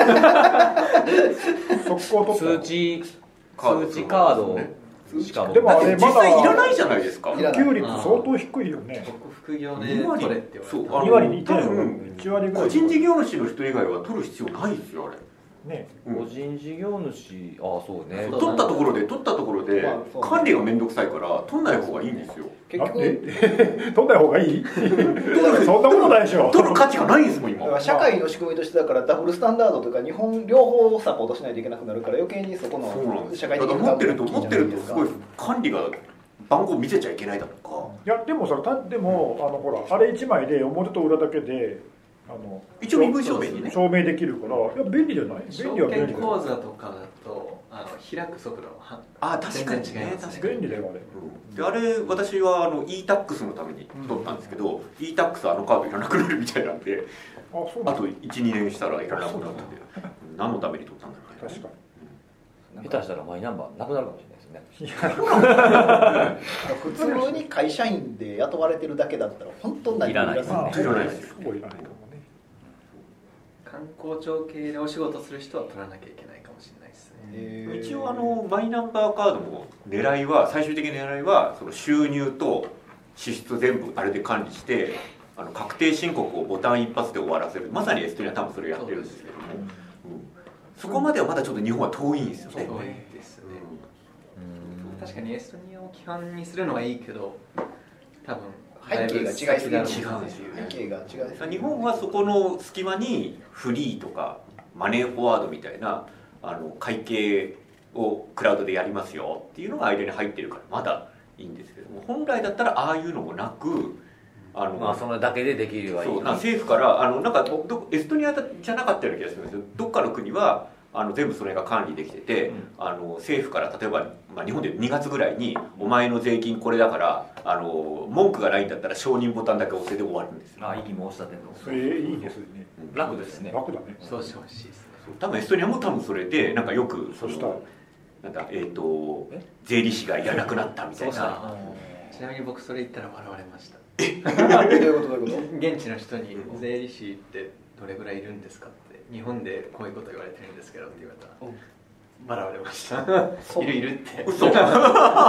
速攻取った。 通知通知カードしかも。 でもあれまだ実際いらないじゃないですか。 普及率相当低いよね。 副業で取れって言われた。 に割にいってないの。いち割ぐらい。 個人事業主の人以外は取る必要ないですよあれ。 ね、 個人事業主、ああそうね。 取ったところで取ったところで管理がめんどくさいから取んない方がいいんですよ。 結局取んない方がいい？そんなことないでしょ。 取る価値がないんですもん今。 社会の仕組みとしてだからダブルスタンダードとか日本両方サポートしないといけなくなるから余計にそこの社会的な持ってると持ってるとすごい管理が番号見せちゃいけないだとか。 いやでもそれでもあのほらあれいちまいで表と裏だけで。あの一応身分証明にね証明できるから、いや便利じゃない？便利は便利。 証券口座とかだとあの開く速度はあ確かに全然違います、 ね、便利だよあれ。 うん、であれ私はあの イータックス のために取ったんですけど、うん、イータックス あのカードいらなくなるみたいなんで、あ, そうなんあと いちにねんしたらいらなくなったんで、何のために取ったんだろうね。 確かに。下手したらマイナンバーなくなるかもしれないですね。 普通に会社員で雇われてるだけだったら本当に何もいらないですね。 いらないですよ。 ほぼいらないかもね。 観光庁系でお仕事する人は取らなきゃいけないかもしれないですね。 一応あのマイナンバーカードも狙いは最終的な狙いはその収入と支出全部あれで管理してあの確定申告をボタン一発で終わらせる。まさにエストニアは多分それをやってるんですけども、うん、そこまではまだちょっと日本は遠いんですよね。 遠いですね。うん、確かにエストニアを基本にするのはいいけど多分背景が違いすぎる。 違うんですよね。 背景が違いすぎる。 日本はそこの隙間にフリーとかマネーフォワードみたいなあの会計をクラウドでやりますよっていうのが間に入ってるからまだいいんですけども、本来だったらああいうのもなくあの、 まあ、それだけでできるはいい。 そうな政府からあのなんかどエストニアじゃなかったような気がするんですよ。どっかの国はあの全部それが管理できてて、うん、あの政府から例えば、まあ、日本でにがつぐらいにお前の税金これだからあの文句がないんだったら承認ボタンだけ押せで終わるんですよ。 あ、異議申し立ての。 それいいですね。 うん、楽ですね。 楽だね。 そうしてほしいですね。 多分エストニアも多分それでなんかよくそのなんだえっ、ー、と税理士がいらなくなったみたいな。 ちなみに僕それ言ったら笑われました。 えどういうことどういうこと？ 現地の人に税理士ってどれぐらいいるんですかって。日本でこういうこと言われてるんですけどって言われたら、うん、笑われましたいるいるって嘘嘘なる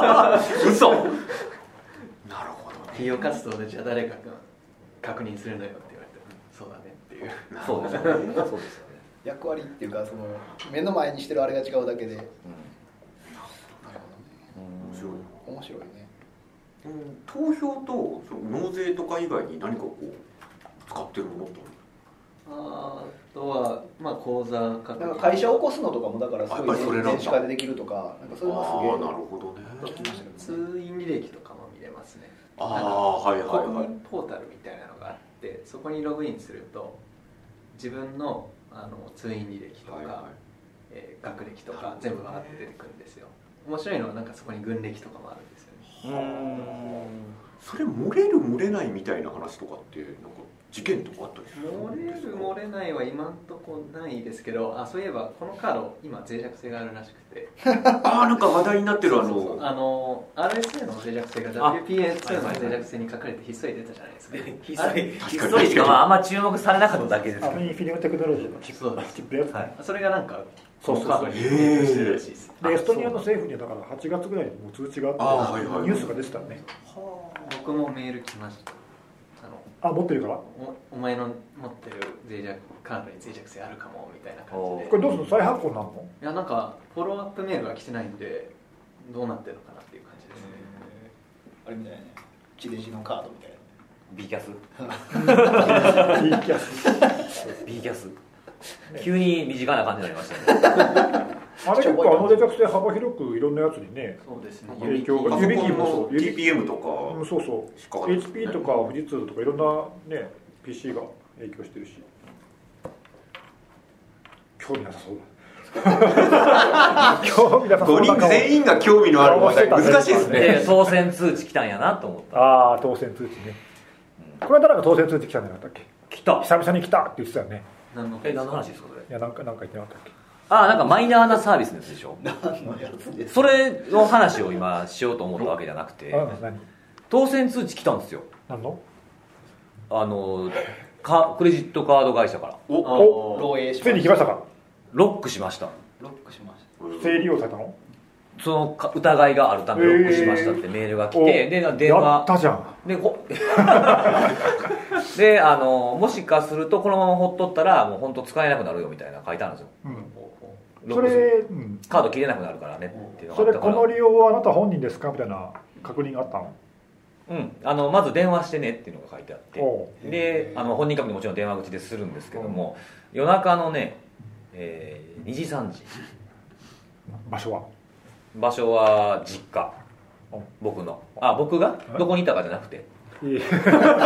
ほどね。 企業活動でじゃあ誰かが確認するのよって言われてそうだねっていう。 そうですよね。そうですよね。 役割っていうかその目の前にしてるあれが違うだけで、うん、なるほどね。面白いね。 うん、投票とその納税とか以外に何かこう使ってるものってあとは、まあ、口座確認なんか会社を起こすのとかもだからすごい電子化でできるとかなんかそういうのがすげえ。 ああなるほどね。 通院履歴とかも見れますね。 ああはいはいはい。 国民ポータルみたいなのがあってそこにログインすると自分の、あの通院履歴とか、はいはいえー、学歴とか全部バーって出てくるんですよ。面白いのはなんかそこに軍歴とかもあるんですよね。 うんそれ漏れる漏れないみたいな話とかってなんか事件とかあったりする？ 漏れる漏れないは今んとこないですけど、あ、そういえばこのカード今脆弱性があるらしくてああ、なんか話題になってる。あのそうそうそう、あの アールエスエー の脆弱性が ダブリューピーエーツー の脆弱性に書かれてひっそり出たじゃないですか。 ひっそりひっそりしかまああんま注目されなかっただけですあけど、 のインフィニムテクノロジーのチッそうプチップやつ、 はい、 それがなんかそうそうそうこのカードに影響してるらしいです。 でエストニアの政府にはだからはちがつぐらいにもう通知があって、 あ、はいはい、 ニュースが出てたね。 僕もメール来ました。あのあ、持ってるからお, お前の持ってる脆弱カードに脆弱性あるかもみたいな感じで。 これどうするの？再発行になるの？ いや、なんかフォローアップメールが来てないんでどうなってるのかなっていう感じですね。 あれみたいなね、地デジのカードみたいな。 B キャスいい気がする。 B キャス急に身近な感じになりましたね。 あれ結構あの脆弱性幅広くいろんなやつにねそうですね。 影響が、 パソコン指キーもそのう、 ティーピーエム とうん、 かそうそしかう エイチピー とか富士通とかいろんなね ピーシー が影響してるし、興味なさそうだ興味なさそごにんうな顔。 全員が興味のある話題、難しいですね。 で当選通知来たんやなと思った。 ああ、当選通知ね、これは誰か当選通知来たんじゃなかったっけ？ 来た。 久々に来たって言ってたよね。 何のえ、何の話ですかそれ？ いや、なんかなんか言ってなかったっけ？ あ、なんかマイナーなサービスのやつでしょ。 何のやつですか？ それの話を今しようと思ったわけじゃなくて、 あ、何当選通知来たんですよ。 何の？ あのかクレジットカード会社からお漏洩しついに来ましたか？ ロックしました。 ロックしまし不正利用されたの？ そのか疑いがあるためロックしましたってメールが来て、 えーで電や話ったじゃん。 でこであのもしかするとこのままほっとったらもう本当使えなくなるよみたいな書いてあるんですよ。 うん、 ロックすそれ、 るうん、 カード切れなくなるからねっていうのがそあったから、 れこの利用はあなた本人ですかみたいな確認があったの？ うん、あのまず電話してねっていうのが書いてあって、 おうであの本人確認もちろん電話口でするんですけども、夜中のね、えー、にじさんじ、 場所は？ 場所は実家、僕のあ僕がどこにいたかじゃなくて、 いいそん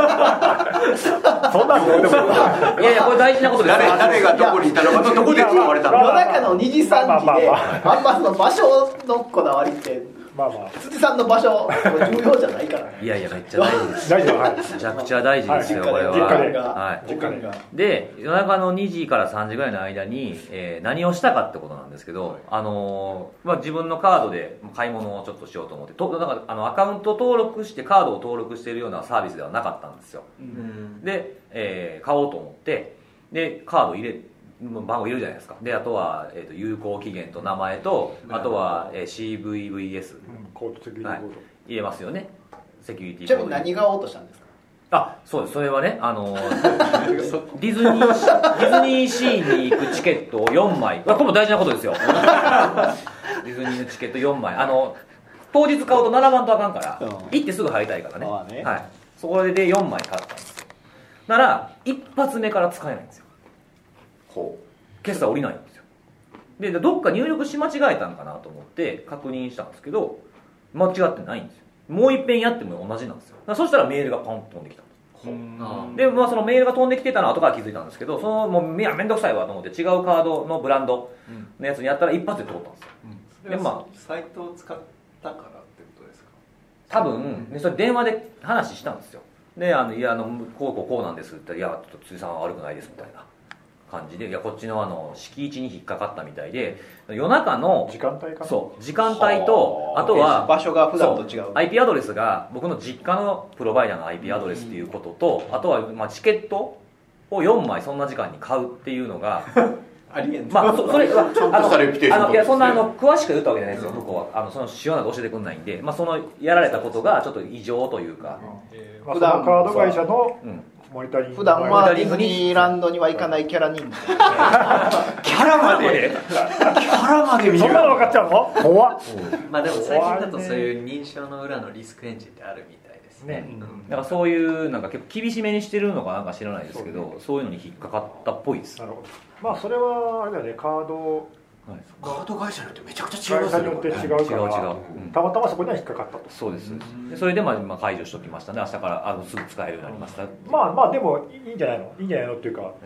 なんどうでもいい。 いやいやこれ大事なことです。 誰誰がどこにいたのかとどこで使われたの夜か。 中のにじさんじまあでまあまああんまその場所のこだわりってまあまあ辻さんの場所重要じゃないからね。 いやいやめっちゃ大事です大丈夫、はい。 めちゃくちゃ大事ですよ、 はいこれは。 実家ではい実家でで夜中のにじからさんじぐらいの間に、えー何をしたかってことなんですけど、あのーまあ、自分のカードで買い物をちょっとしようと思ってとなんかあのアカウント登録してカードを登録しているようなサービスではなかったんですよ。 うんで、えー買おうと思ってでカード入れ番号入れるじゃないですか。であとは、えー、と有効期限と名前とあとは、えー シーブイブイエスうん、コードセキュリティコード、 入れますよね、セキュリティちなみコード。 に何が応答したんですか？ あ、そうです。それはね、あのーディズニーシー、ディズニーシーに行くチケットをよんまい。これも大事なことですよ。ディズニーのチケットよんまい。あの、当日買うと並ばんとあかんから、 うん行ってすぐ入りたいからね。 まあねはい。そこでよんまい買ったんですよ。なら、一発目から使えないんですよ。 ほ決済降りないんですよ。で、でどっか入力し間違えたんかなと思って確認したんですけど、間違ってないんですよ。もう一遍やっても同じなんですよ。だからそしたらメールがポンと飛んできたんです。 あで、まあ、そのメールが飛んできてたのは後から気づいたんですけど、そのもういやめんどくさいわと思って違うカードのブランドのやつにやったら一発で通ったんですよ。 それはでまサイトを使ったからってことですか？ 多分、ね、それ電話で話したんですよ。で、あのいやあのこうこうこうなんですって言ったら、いやちょっと辻さんは悪くないですみたいな感じで、いやこっちのあの敷地に引っかかったみたいで、夜中の時間帯かな。 そう時間帯とあとは場所が普段と違う。 そう アイピー アドレスが僕の実家のプロバイダーの アイピー アドレスっていうことと、あとはまあチケットをよんまいそんな時間に買うっていうのがありえん。 まあそそれはちゃんとしたレピュテーションあのいやそんなあですねの詳しく言ったわけじゃないですよ、向こうはあのその仕様なんか教えてくんないんで、まあ、そのやられたことがちょっと異常というか、 まあ、そのカード会社のうん、 モニタリング普段はディズニーランドには行かないキャラ人キャラまでキャラまで見るそんなの分かっちゃうの？怖っ。 まあでも最近だとそういう認証の裏のリスクエンジンってあるみたいですね。 ねだからそういうなんか結構厳しめにしてるのかなんか知らないですけど、そういうのに引っかかったっぽいです。 なるほど。まあそれはあれだよね、カードカード会社によってめちゃくちゃ違い会社にますよねよって違うから、 違う違ううんたまたまそこには引っかかったと。 そうです。でそれでまあまあ解除しておきましたね。明日からあのすぐ使えるようになりました。 まあまあでもいいんじゃないの？いいんじゃないのっていうか、 え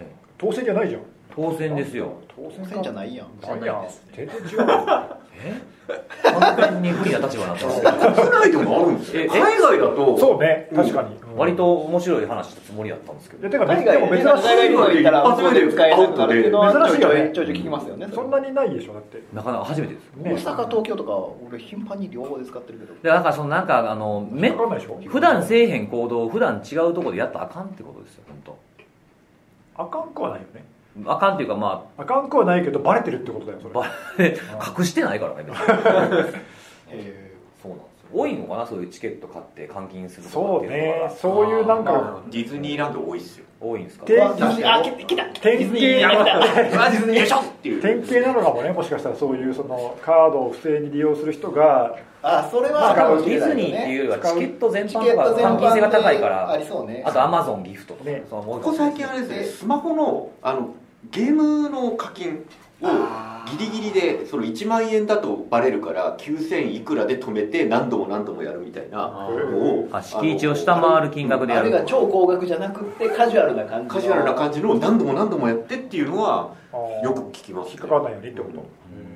当選じゃないじゃん。 当選ですよ。 当選当選じゃないやん。 ないやん。全然違う。 え完全に不利な立場になってますけど国内でもあるんですよ。海外だとそうね、確かに。 割と面白い話したつもりだったんですけど。 でてか海外でね、海外に行ったら一発目で使えなくなるっていうのは珍しいよね。 ちょいちょい聞きますよね。 そんなにないでしょだって。 なかなか初めてです。 ね、 大阪東京とか俺頻繁に両方で使ってるけど。 でだからそのなんかあのめわかんないでしょ。 普段せえへん行動を普段違うところでやったらあかんってことですよ本当。 あかんくはないよね。 あかんっていうかまあかんくはないけどバレてるってことだよそれ。 あバレ隠してないからね別に。 へそうなんですよ。多いのかなそういうチケット買って換金するとかそうっていうのがね、そういうなんかディズニーランド多いっすよ。 多いんですか。 でー。あ、来た来た。 典型ディズニー来た。 マジでよいしょっていう。 典型なのかもね、もしかしたらそういうそのカードを不正に利用する人があ、それは使うディズニーっていうよりはチケット全チケッ般とかト全般で換金性が高いからありそうね。 あとアマゾンギフトとかねそのここ最近あれですね、スマホのあのゲームの課金をギリギリでそのいちまんえんだとバレるからきゅうせんいくらで止めて何度も何度もやるみたいなのをあ敷地を下回る金額でやるあれが超高額じゃなくてカジュアルな感じ。 カジュアルな感じの何度も何度もやってっていうのはよく聞きますね。 引っかからないようにってこと。なる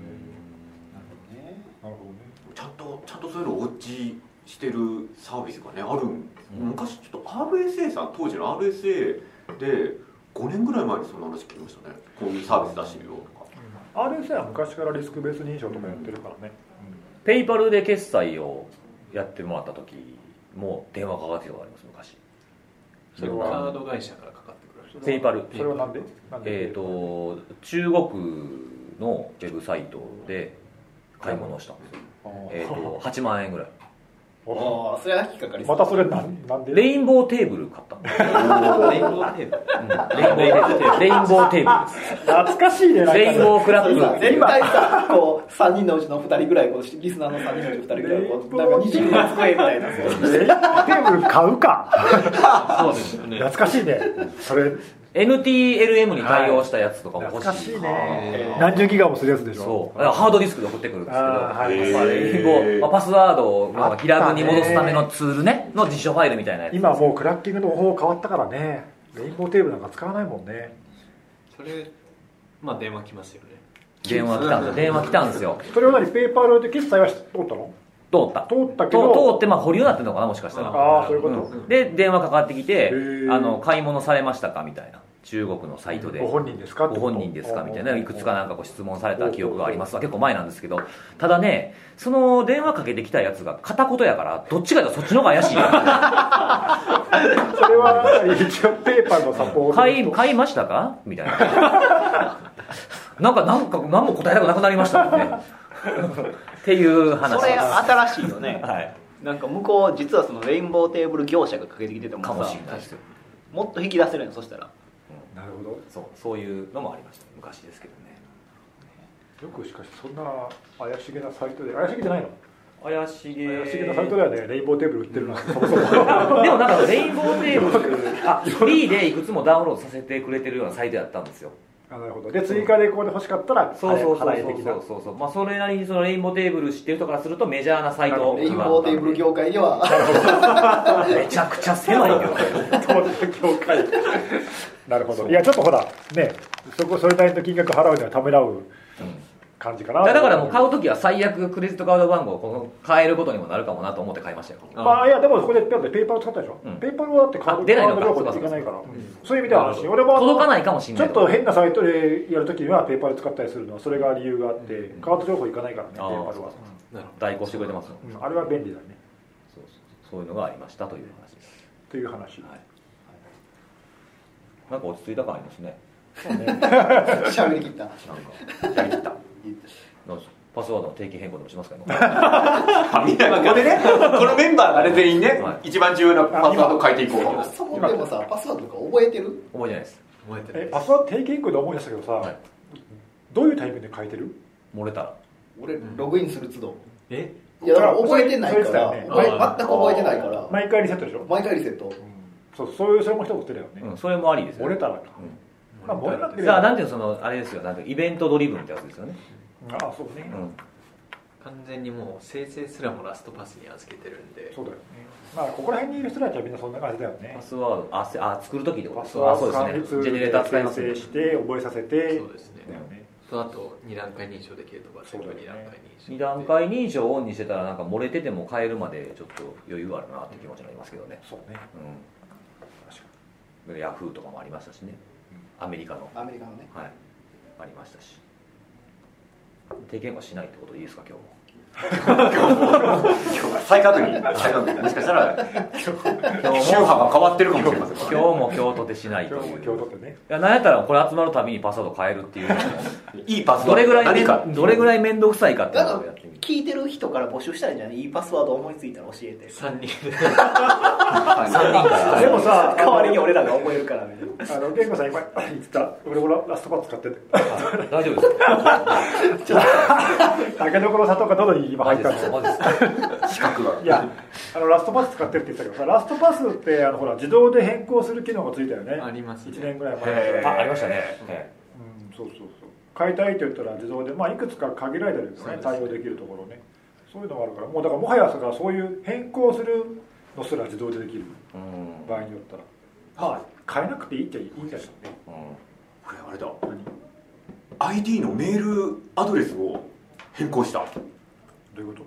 ほどね。 ちゃんとちゃんとそういうのをウォッチしてるサービスがねある、うん、昔ちょっと アールエスエー さん当時の アールエスエー でごねんぐらい前にそんな話聞きましたね。こういうサービス出してるよとか。 アールエスエー は昔からリスクベース認証とかやってるからね。 ペイパルで決済をやってもらった時も電話かかってきたことあります昔。 それはカード会社からかかってくる。 ペイパルそれはなんで？なんでえっ、と中国のウェブサイトで買い物をしたんですよ。えっ、とはちまんえんぐらい。 ああ、それは引っかかりそう。 またそれなんなんで？ レインボーテーブル買ったんですよ。 レインボーテーブル。 うんレインボーテーブル。レインボーテーブルです。 懐かしいね。なんかレインボークラップ。 絶対さ、こうさんにんのうちのふたりぐらいこうリスナーのさんにんのうちのふたりぐらいこうなんかにじゅうの机みたいな。 レインボーテーブル買うか。 そうですよね。 懐かしいね。それエヌティーエルエム に対応したやつとかも欲しい。 懐かしいね。何十ギガもするやつでしょ。 そう。だからハードディスクで送ってくるんですけど、 あーはいまあレインボーまあパスワードをまあ気楽に戻すためのツールねの辞書ファイルみたいなやつ。 今もうクラッキングの方法変わったからね。レインボーテーブルなんか使わないもんね。 それまあ電話来ますよね。 電話来たんですよ。電話来たんですよ。 それは何ペーパーで決済は通ったの？ 通った。 通ったけどと通ってまあ保留になってるのかなもしかしたら。 ああそういうこと。 うんで電話かかってきてーあの買い物されましたかみたいな。中国のサイトでご本人ですかってこと？ ご本人ですかみたいないくつかなんかこう質問された記憶がありますわ。結構前なんですけど、ただねその電話かけてきたやつが片言やからどっちかというとそっちの方が怪しいな。 それは一応ペーパーのサポート買い買いましたかみたいな。なんかなんか何も答えたくなくなりましたもんね。っていう話それです。 新しいよね。 はい。 なんか向こう実はそのレインボーテーブル業者がかけてきててもさかもしれないですよ。 もっと引き出せるのそしたら。 なるほど。 そうそういうのもありました昔ですけどね。 よくしかしそんな怪しげなサイトで怪しげじゃないの？ 怪しげ怪しげなサイトだよね。レインボーテーブル売ってるなんてそもそも。 でもなんかレインボーテーブルあフリーでいくつもダウンロードさせてくれてるようなサイトやったんですよ。 あなるほど。で追加でここで欲しかったらそうそうそう払え的なそうそうそう。まあそれなりにそのレインボーテーブル知ってる人からするとメジャーなサイト。 レインボーテーブル業界ではめちゃくちゃ狭い業界。 業界。なるほど。いやちょっとほらね、そこそれなりの金額払うにはためらう感じかな。 だからもう買うときは最悪クレジットカード番号をこの変えることにもなるかもなと思って買いましたよ。 まあいやでもそこでペーパーを使ったでしょ。 うんペーパーはだってカードあ出ないのかカード情報にいかないから。そういう意味では安心。俺も届かないかもしれない。 ちょっと変なサイトでやるときにはペーパーで使ったりするのはそれが理由があってカード情報いかないからねペーパーでは。 代行してくれてますよ。 うんあれは便利だね。 そうそうそういうのがありましたという話です。 という話。 はい。なんか落ち着いた感ありますね。 喋り切った。 なんかやりきった。どうぞパスワードの定期変更でもしますかね。 みんなここでね、このメンバーがね全員ね、 は一番重要なパスワードを書いていこうと。 そもでもさパスワードとか覚えてる？ 覚えてないです。 覚えてないです。 えパスワード定期変更で思い出したけどさ、 はいどういうタイミングで書いてる？ 漏れたら。 俺ログインする都度。 えいやだから覚えてないから、 それそれ毎それ全く覚えてないから毎回リセットでしょ。 毎回リセット。 そうそういうそれも一言だよね。 うん、それもありですよ。 漏れたらか。まあ漏れなければ。 じゃあなんていうのそのあれですよ。なんてイベントドリブンってやつですよね。 ああそうね。 うん。 完全にもう生成すらもラストパスに預けてるんで、 そうだよね。 まあここら辺にいる人たちはみんなそんな感じだよね。 パスワードああ作る時でパスワードそうですね。ジェネレーター使いますね。 生成して覚えさせて。 そうですね。とあとに段階認証できるとか全部に段階認証。 に段階認証をオンにしてたらなんか漏れてても変えるまでちょっと余裕あるなって気持ちになりますけどね。 そうね。 うん。ヤフーとかもありましたしね。アメリカの。 アメリカのね。 はい。ありましたし。提言はしないってことでいいですか今日も。 今日も再確認再確認もしかしたら今日宗派が変わってるかもしれませんから、ね、 今日も今日とてしないという。 今日も今日とてね。 いやなんやったらこれ集まるたびにパスワード変えるっていういいパスワードどれぐらい何かどれぐらい面倒くさいかっていうのをやってみる。 聞いてる人から募集したらいいんじゃない？いいパスワード思いついたら教えて。 さんにんさんにんからでもさ、 代わりに俺らが覚えるからみたいな。 あのゲンコさん今言ってた俺もラストパス使ってて大丈夫ですか？ タケノコの砂糖が喉に今入ったんですよ。 マジですか？ 資格がいやあのラストパス使ってるって言ってたけどさ、ラストパスってあのほら自動で変更する機能がついたよね。 ありますね。 いちねんぐらい前あありましたね。 うん、そうそうそう。変えたいって言ったら自動で、まあ、いくつか限られてるんですね、対応できるところね。そういうのがあるから、もうだからもはやそういう変更するのすら自動でできる場合によったら、まあ変えなくていいっちゃいいんだよね。 うん、 これあれだ、アイディー のメールアドレスを変更した。 どういうこと？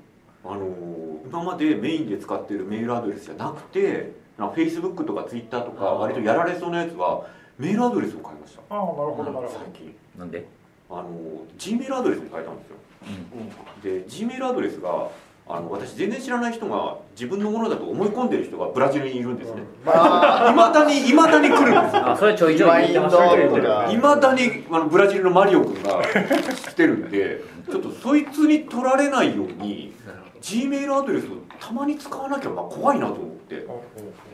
あの今までメインで使っているメールアドレスじゃなくて、Facebook とか Twitter とか割とやられそうなやつはメールアドレスを変えました。 ああ、なるほどなるほど。 最近なんで？ あの Gmail アドレスに変えたんですよ、うん、で Gmail アドレスがあの私全然知らない人が自分のものだと思い込んでる人がブラジルにいるんですね。いま、うん、だにいまだに来るんですよ。 あ、それちょいちょい言ってましたね。 いまだにあのブラジルのマリオ君が来てるんで、ちょっとそいつに取られないように Gmail アドレスをたまに使わなきゃまあ怖いなと思って、うん、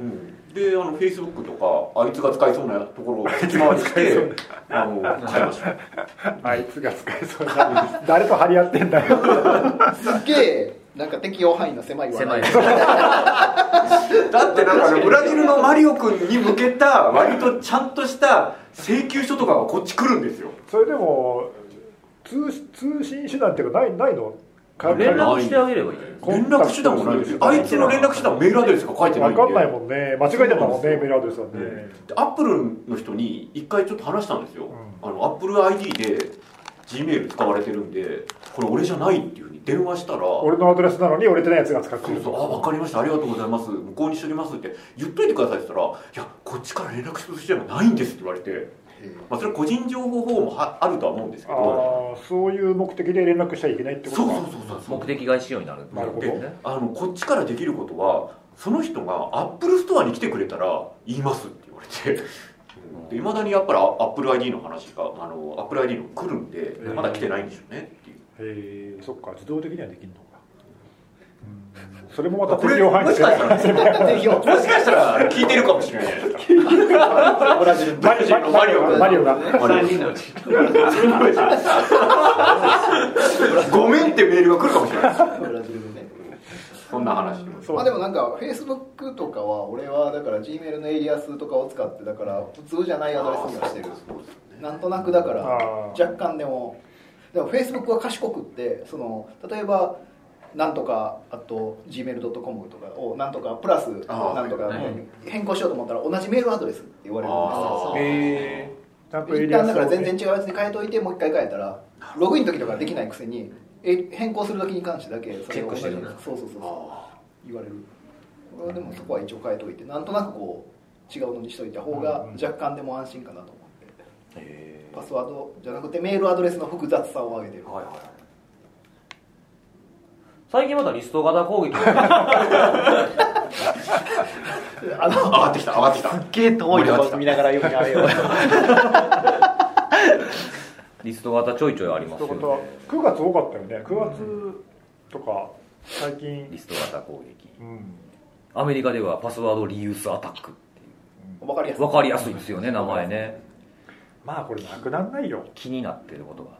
であの Facebook とかあいつが使いそうなところを先回りしてあの変えました。 あいつが使えそうな誰と張り合ってんだよ。 すっげえなんか適用範囲の狭いわ。 狭い。 だってなんかねブラジルのマリオ君に向けた割とちゃんとした請求書とかがこっち来るんですよ。 それでも通通信手段っていうかないないの？ 連絡してあげればいい。 連絡手段もないですよ。あいつの連絡手段メールアドレスが書いてないんで。 分かんないもんね。間違えてたもんね、メールアドレスはね。 アップルの人に一回ちょっと話したんですよ。あのアップル アイディー で Gmail 使われてるんで、これ俺じゃないっていうふうに電話したら、 俺のアドレスなのに俺じゃないやつが使ってる。 そうそう、あ、分かりました、ありがとうございます、向こうにしておりますって言っといてくださいって言ったら、いや、こっちから連絡する必要はないんですって言われて、まあ、それは個人情報法もはあるとは思うんですけど、 あ、そういう目的で連絡しちゃいけないってことか。 そうそうそうそう、 目的外使用になる。 なるほど。 で、あのこっちからできることは、その人がアップルストアに来てくれたら言いますって言われて、いまだにやっぱりアップル アイディー の話があのアップル アイディー の来るんで、まだ来てないんでしょうねっていう。 へえ、そっか、自動的にはできるのか。うん、それもまた適用範囲ですね。もしかしたら聞いてるかもしれないじゃないですか。 ブラジルのマリオがマリオがごめんってメールが来るかもしれないです。ブラジルでね。そんな話。 まあでもなんか Facebook とかは俺はだから Gmail のエイリアスとかを使ってだから普通じゃないアドレスにはしてる。なんとなくだから若干でもでも Facebook は賢くってその例えばなんとかあと ジーメールドットコム とかをなんとかプラスなんとか変更しようと思ったら同じメールアドレスって言われるんですよ。一旦だから全然違うやつに変えといてもう一回変えたらログインの時とかできないくせに変更する時に関してだけそれを同じそうそうそうそう言われる。これはでもそこは一応変えといてなんとなくこう違うのにしといた方が若干でも安心かなと思って、パスワードじゃなくてメールアドレスの複雑さを上げてる。はいはい、 最近またリスト型攻撃あの上がってきた上がってきたすっげえ遠いところ見ながら読み上げようリスト型ちょいちょいありますよね。 くがつ多かったよね。くがつとか最近リスト型攻撃、 うん、 アメリカではパスワードリユースアタックっていう、 分かりやすい分かりやすいですよね、名前ね。 まあこれなくなんないよ。 気になってることがあって、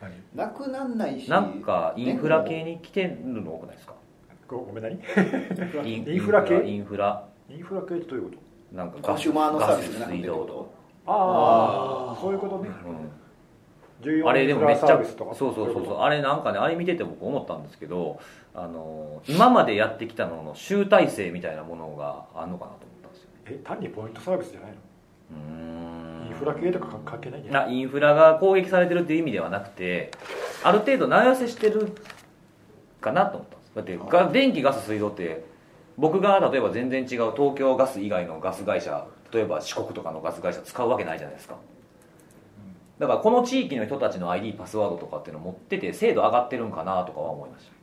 なくなんないし、 なんかインフラ系に来てるの多くないですか？ ごめん、何？ インインフラ系？ インフラインフラ系ってどういうこと？ なんかコンシューマーのサービスじゃなくて水道とああ、そういうことね。 あれでもめっちゃそうそうそうそうあれなんかねあれ見てて僕思ったんですけどあの今までやってきたのの集大成みたいなものがあるのかなと思ったんですよ。 え単にポイントサービスじゃないの？ うーんインフラ系とか関係ないんじゃない？ インフラが攻撃されてるっていう意味ではなくてある程度名寄せしてるかなと思ったんです。だってが電気ガス水道って僕が例えば全然違う東京ガス以外のガス会社例えば四国とかのガス会社使うわけないじゃないですか。だからこの地域の人たちの アイディー パスワードとかっていうのを持ってて精度上がってるんかなとかは思いました。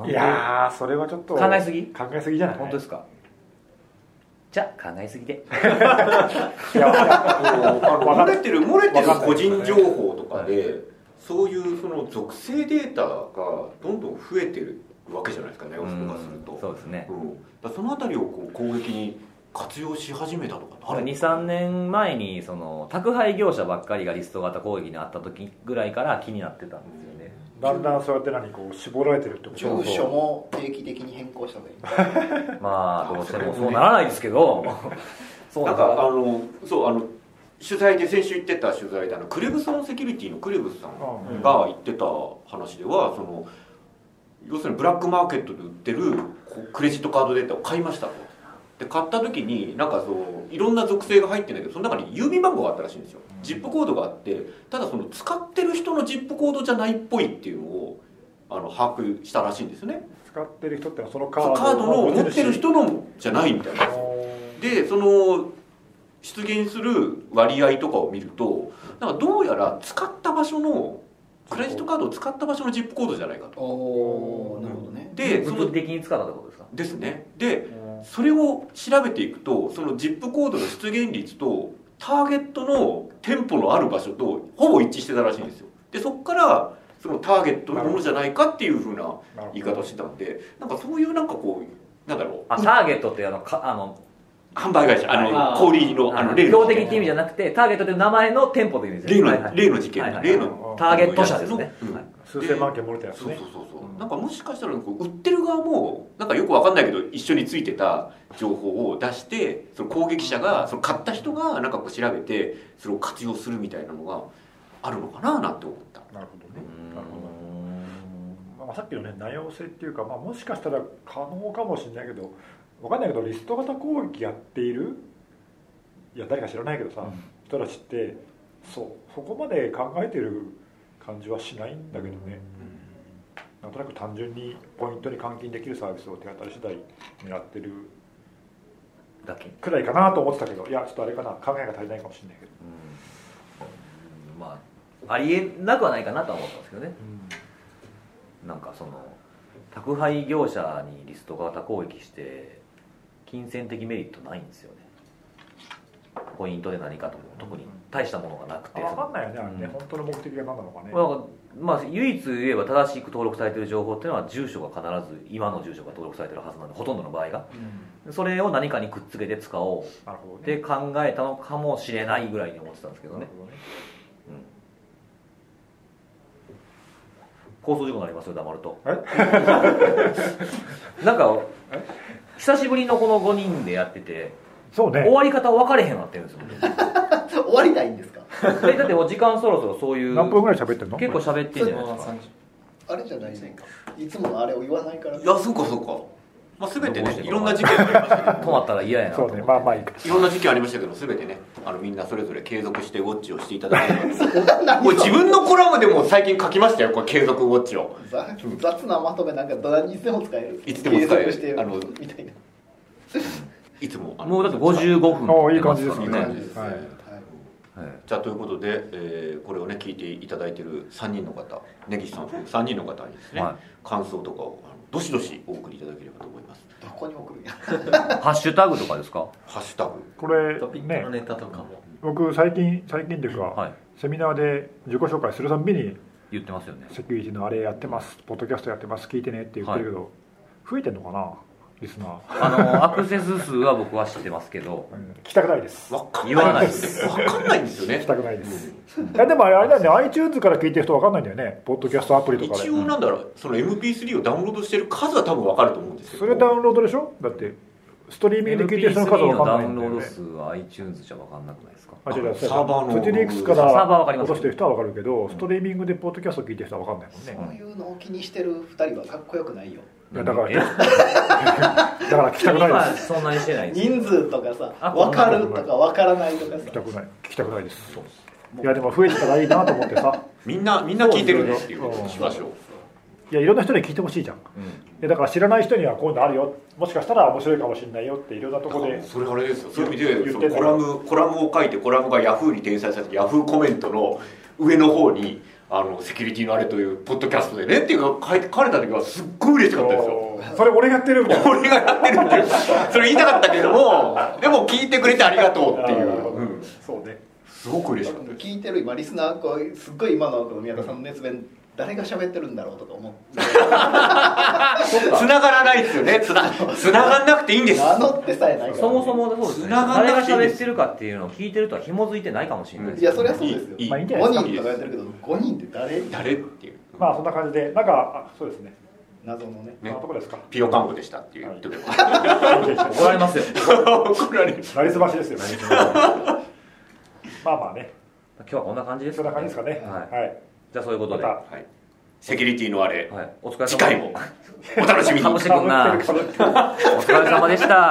いやーそれはちょっと考えすぎ考えすぎじゃない？ 本当ですか？じゃあ考えすぎでいや漏れてる漏れてる個人情報とかでそういうその属性データがどんどん増えてるわけじゃないですかね、オスとかすると。 そうですね、 うん、だそのあたりをこう攻撃に活用し始めたとかあるにさんねんまえにその宅配業者ばっかりがリスト型攻撃にあった時ぐらいから気になってたんですよね。 だんだんそうやって何こう絞られてるってこと？ 住所も定期的に変更した方がいいまあどうしてもそうならないですけどそうなんかあのそうあの取材で先週言ってた取材であのクレブスオンセキュリティのクレブスさんが言ってた話ではその要するにブラックマーケットで売ってるクレジットカードデータを買いましたと。で買った時になんかそういろんな属性が入ってるんだけどその中に郵便番号があったらしいんですよ。ジップコードがあってただその使ってる人のジップコードじゃないっぽいっていうのをあの把握したらしいんですよね。 使ってる人ってのはそのカードカードの持ってる人のじゃないみたいな。でその出現する割合とかを見るとなんかどうやら使った場所のクレジットカードを使った場所のジップコードじゃないかと。 おーなるほどね。 で物理的に使ったってことですか？ ですね。でそれを調べていくとそのジップコードの出現率とターゲットの店舗のある場所とほぼ一致してたらしいんですよ。でそこからそのターゲットのものじゃないかっていうふうな言い方をしてたんでなんかそういうなんかこうなんだろうあターゲットってあのかあの販売会社あの小売のあの例の標的って意味じゃなくてターゲットという名前の店舗という意味ですね。 例の例の事件例のターゲット社ですね。 数千万件漏れたやつね。 そうそうそうそうなんかもしかしたらこう売ってる側もなんかよくわかんないけど一緒についてた情報を出してその攻撃者がその買った人がなんかこう調べてそれを活用するみたいなのがあるのかななんて思った。 なるほどね。なるほど。まあさっきのね名寄せっていうかまあもしかしたら可能かもしれないけどわかんないけどリスト型攻撃やっているいや誰か知らないけどさ、うん、人たちってそうそこまで考えてる感じはしないんだけどね。なんとなく単純にポイントに換金できるサービスを手当たり次第狙ってるだけくらいかなと思ってたけどいやちょっとあれかな考えが足りないかもしれないけど、 うん、まあありえなくはないかなとは思ったんですけどね、うん、なんかその宅配業者にリスト型攻撃して金銭的メリットないんですよね。ポイントで何かとも特に大したものがなくて分かんないよねあれね、うん、本当の目的が何なのかね。 まあ、唯一言えば正しく登録されている情報っていうのは住所が必ず今の住所が登録されているはずなんでほとんどの場合が、うん、それを何かにくっつけて使おうって考えたのかもしれないぐらいに思ってたんですけどね。交通事故になりますよ黙るとなんか久しぶりのこのごにんでやっててそうね、 終わり方分かれへんなってるんですよ終わりたいんですかえだってもう時間そろそろそういう何分ぐらい喋ってんの結構喋ってんじゃないですか。 あれじゃないねいつものあれを言わないからいやそうかそうか、まあ、全てねいろんな事件ありましたけど止まったら嫌やなと思って。 そうねまあまあいいかいろんな事件ありましたけど全てねあのみんなそれぞれ継続してウォッチをしていただければこれ自分のコラムでも最近書きましたよこれ継続ウォッチを雑なまとめなんかど何にでも使えるいつでも使える継続してあのみたいないつももうだってごじゅうごふんあいい感じですね。 いい感じですね、 はいはい、じゃあということで、えー、これをね聞いていただいているさんにんの方根岸さんさんにんの方にですね、はい、感想とかをどしどしお送りいただければと思います。 どこに送るんやハッシュタグとかですか。 ハッシュタグこれトピックのネタとかも、 ね、僕最近最近というか、はい、セミナーで自己紹介するたびに言ってますよね。 セキュリティのあれやってますポッドキャストやってます聞いてねって言ってるけど、はい、増えてんのかなリスナーあのアクセス数は僕は知ってますけど、 うん、聞きたくないです。 分かんないです分かんないんですよね聞きたくないです、うん、いやでもあれあれだよね iTunes から聞いてる人分かんないんだよねポッドキャストアプリとかで。 一応なんだろうその エムピースリー をダウンロードしてる数は多分分かると思うんですけどそれダウンロードでしょ。だってストリーミングで聞いてる人の数は分かんないんだよね。 エムピースリー のダウンロード数は iTunes じゃ分かんなくないですか。 あ、違う、 サーバーのフジリックスかサーバーは分かりますら落としてる人は分かるけど、ストリーミングでポッドキャスト聞いてる人は分かんないもんね。 そういうのを気にしてるふたりはかっこよくないよ。 いやだからえだから聞きたくないです。 そんなにしてないです。 人数とかさ、 あ分かるとか分からないとかさ聞きたくない聞きたくないです。いやでも増えてたらいいなと思ってさ。 みんなみんな聞いてるんですっていうことにしましょう。 いやいろんな人に聞いてほしいじゃん、うん、だから知らない人にはこういうのあるよ、もしかしたら面白いかもしれないよっていろんなところで。 それあれですよ、そういう意味でそのコラムコラムを書いて、コラムがヤフーに転載されて、ヤフーコメントの上の方にあのセキュリティのあれというポッドキャストでねっていうか書いて書かれた時はすっごい嬉しかったですよ。 それ俺がやってるみたいな。 俺がやってるっていうそれ言いたかったけども、でも聞いてくれてありがとうっていう、うん、 そうね、 すごく嬉しかった。 聞いてる今リスナーこうすっごい今のこの宮田さんの熱弁誰が喋ってるんだろうとか思って繋がらないですよね。つな繋がんなくていいんです。 名乗ってさえないから、ね、 そもそもそうですね。誰が喋ってるかっていうのを聞いてるとは紐づいてないかもしれないです、 いやそれはそうですよ。 いいまあいいんじゃごないですか。 にんとかやってるけどごにんって誰誰っていう。 まあそんな感じで、なんかあそうですね。 謎のね。 そんなとこですか。 ピヨカンボでしたっていう。 はい怒られますよ。 怒られる。 なりすましですよね。まあまあね。 今日はこんな感じですそんな感じですかね。 はい。 はい。 じゃあそういうことで、 まはたはい、セキュリティのあれ、 い、お疲れ様。 次回もお楽しみに。 かぶしてくんな。お疲れ様でした。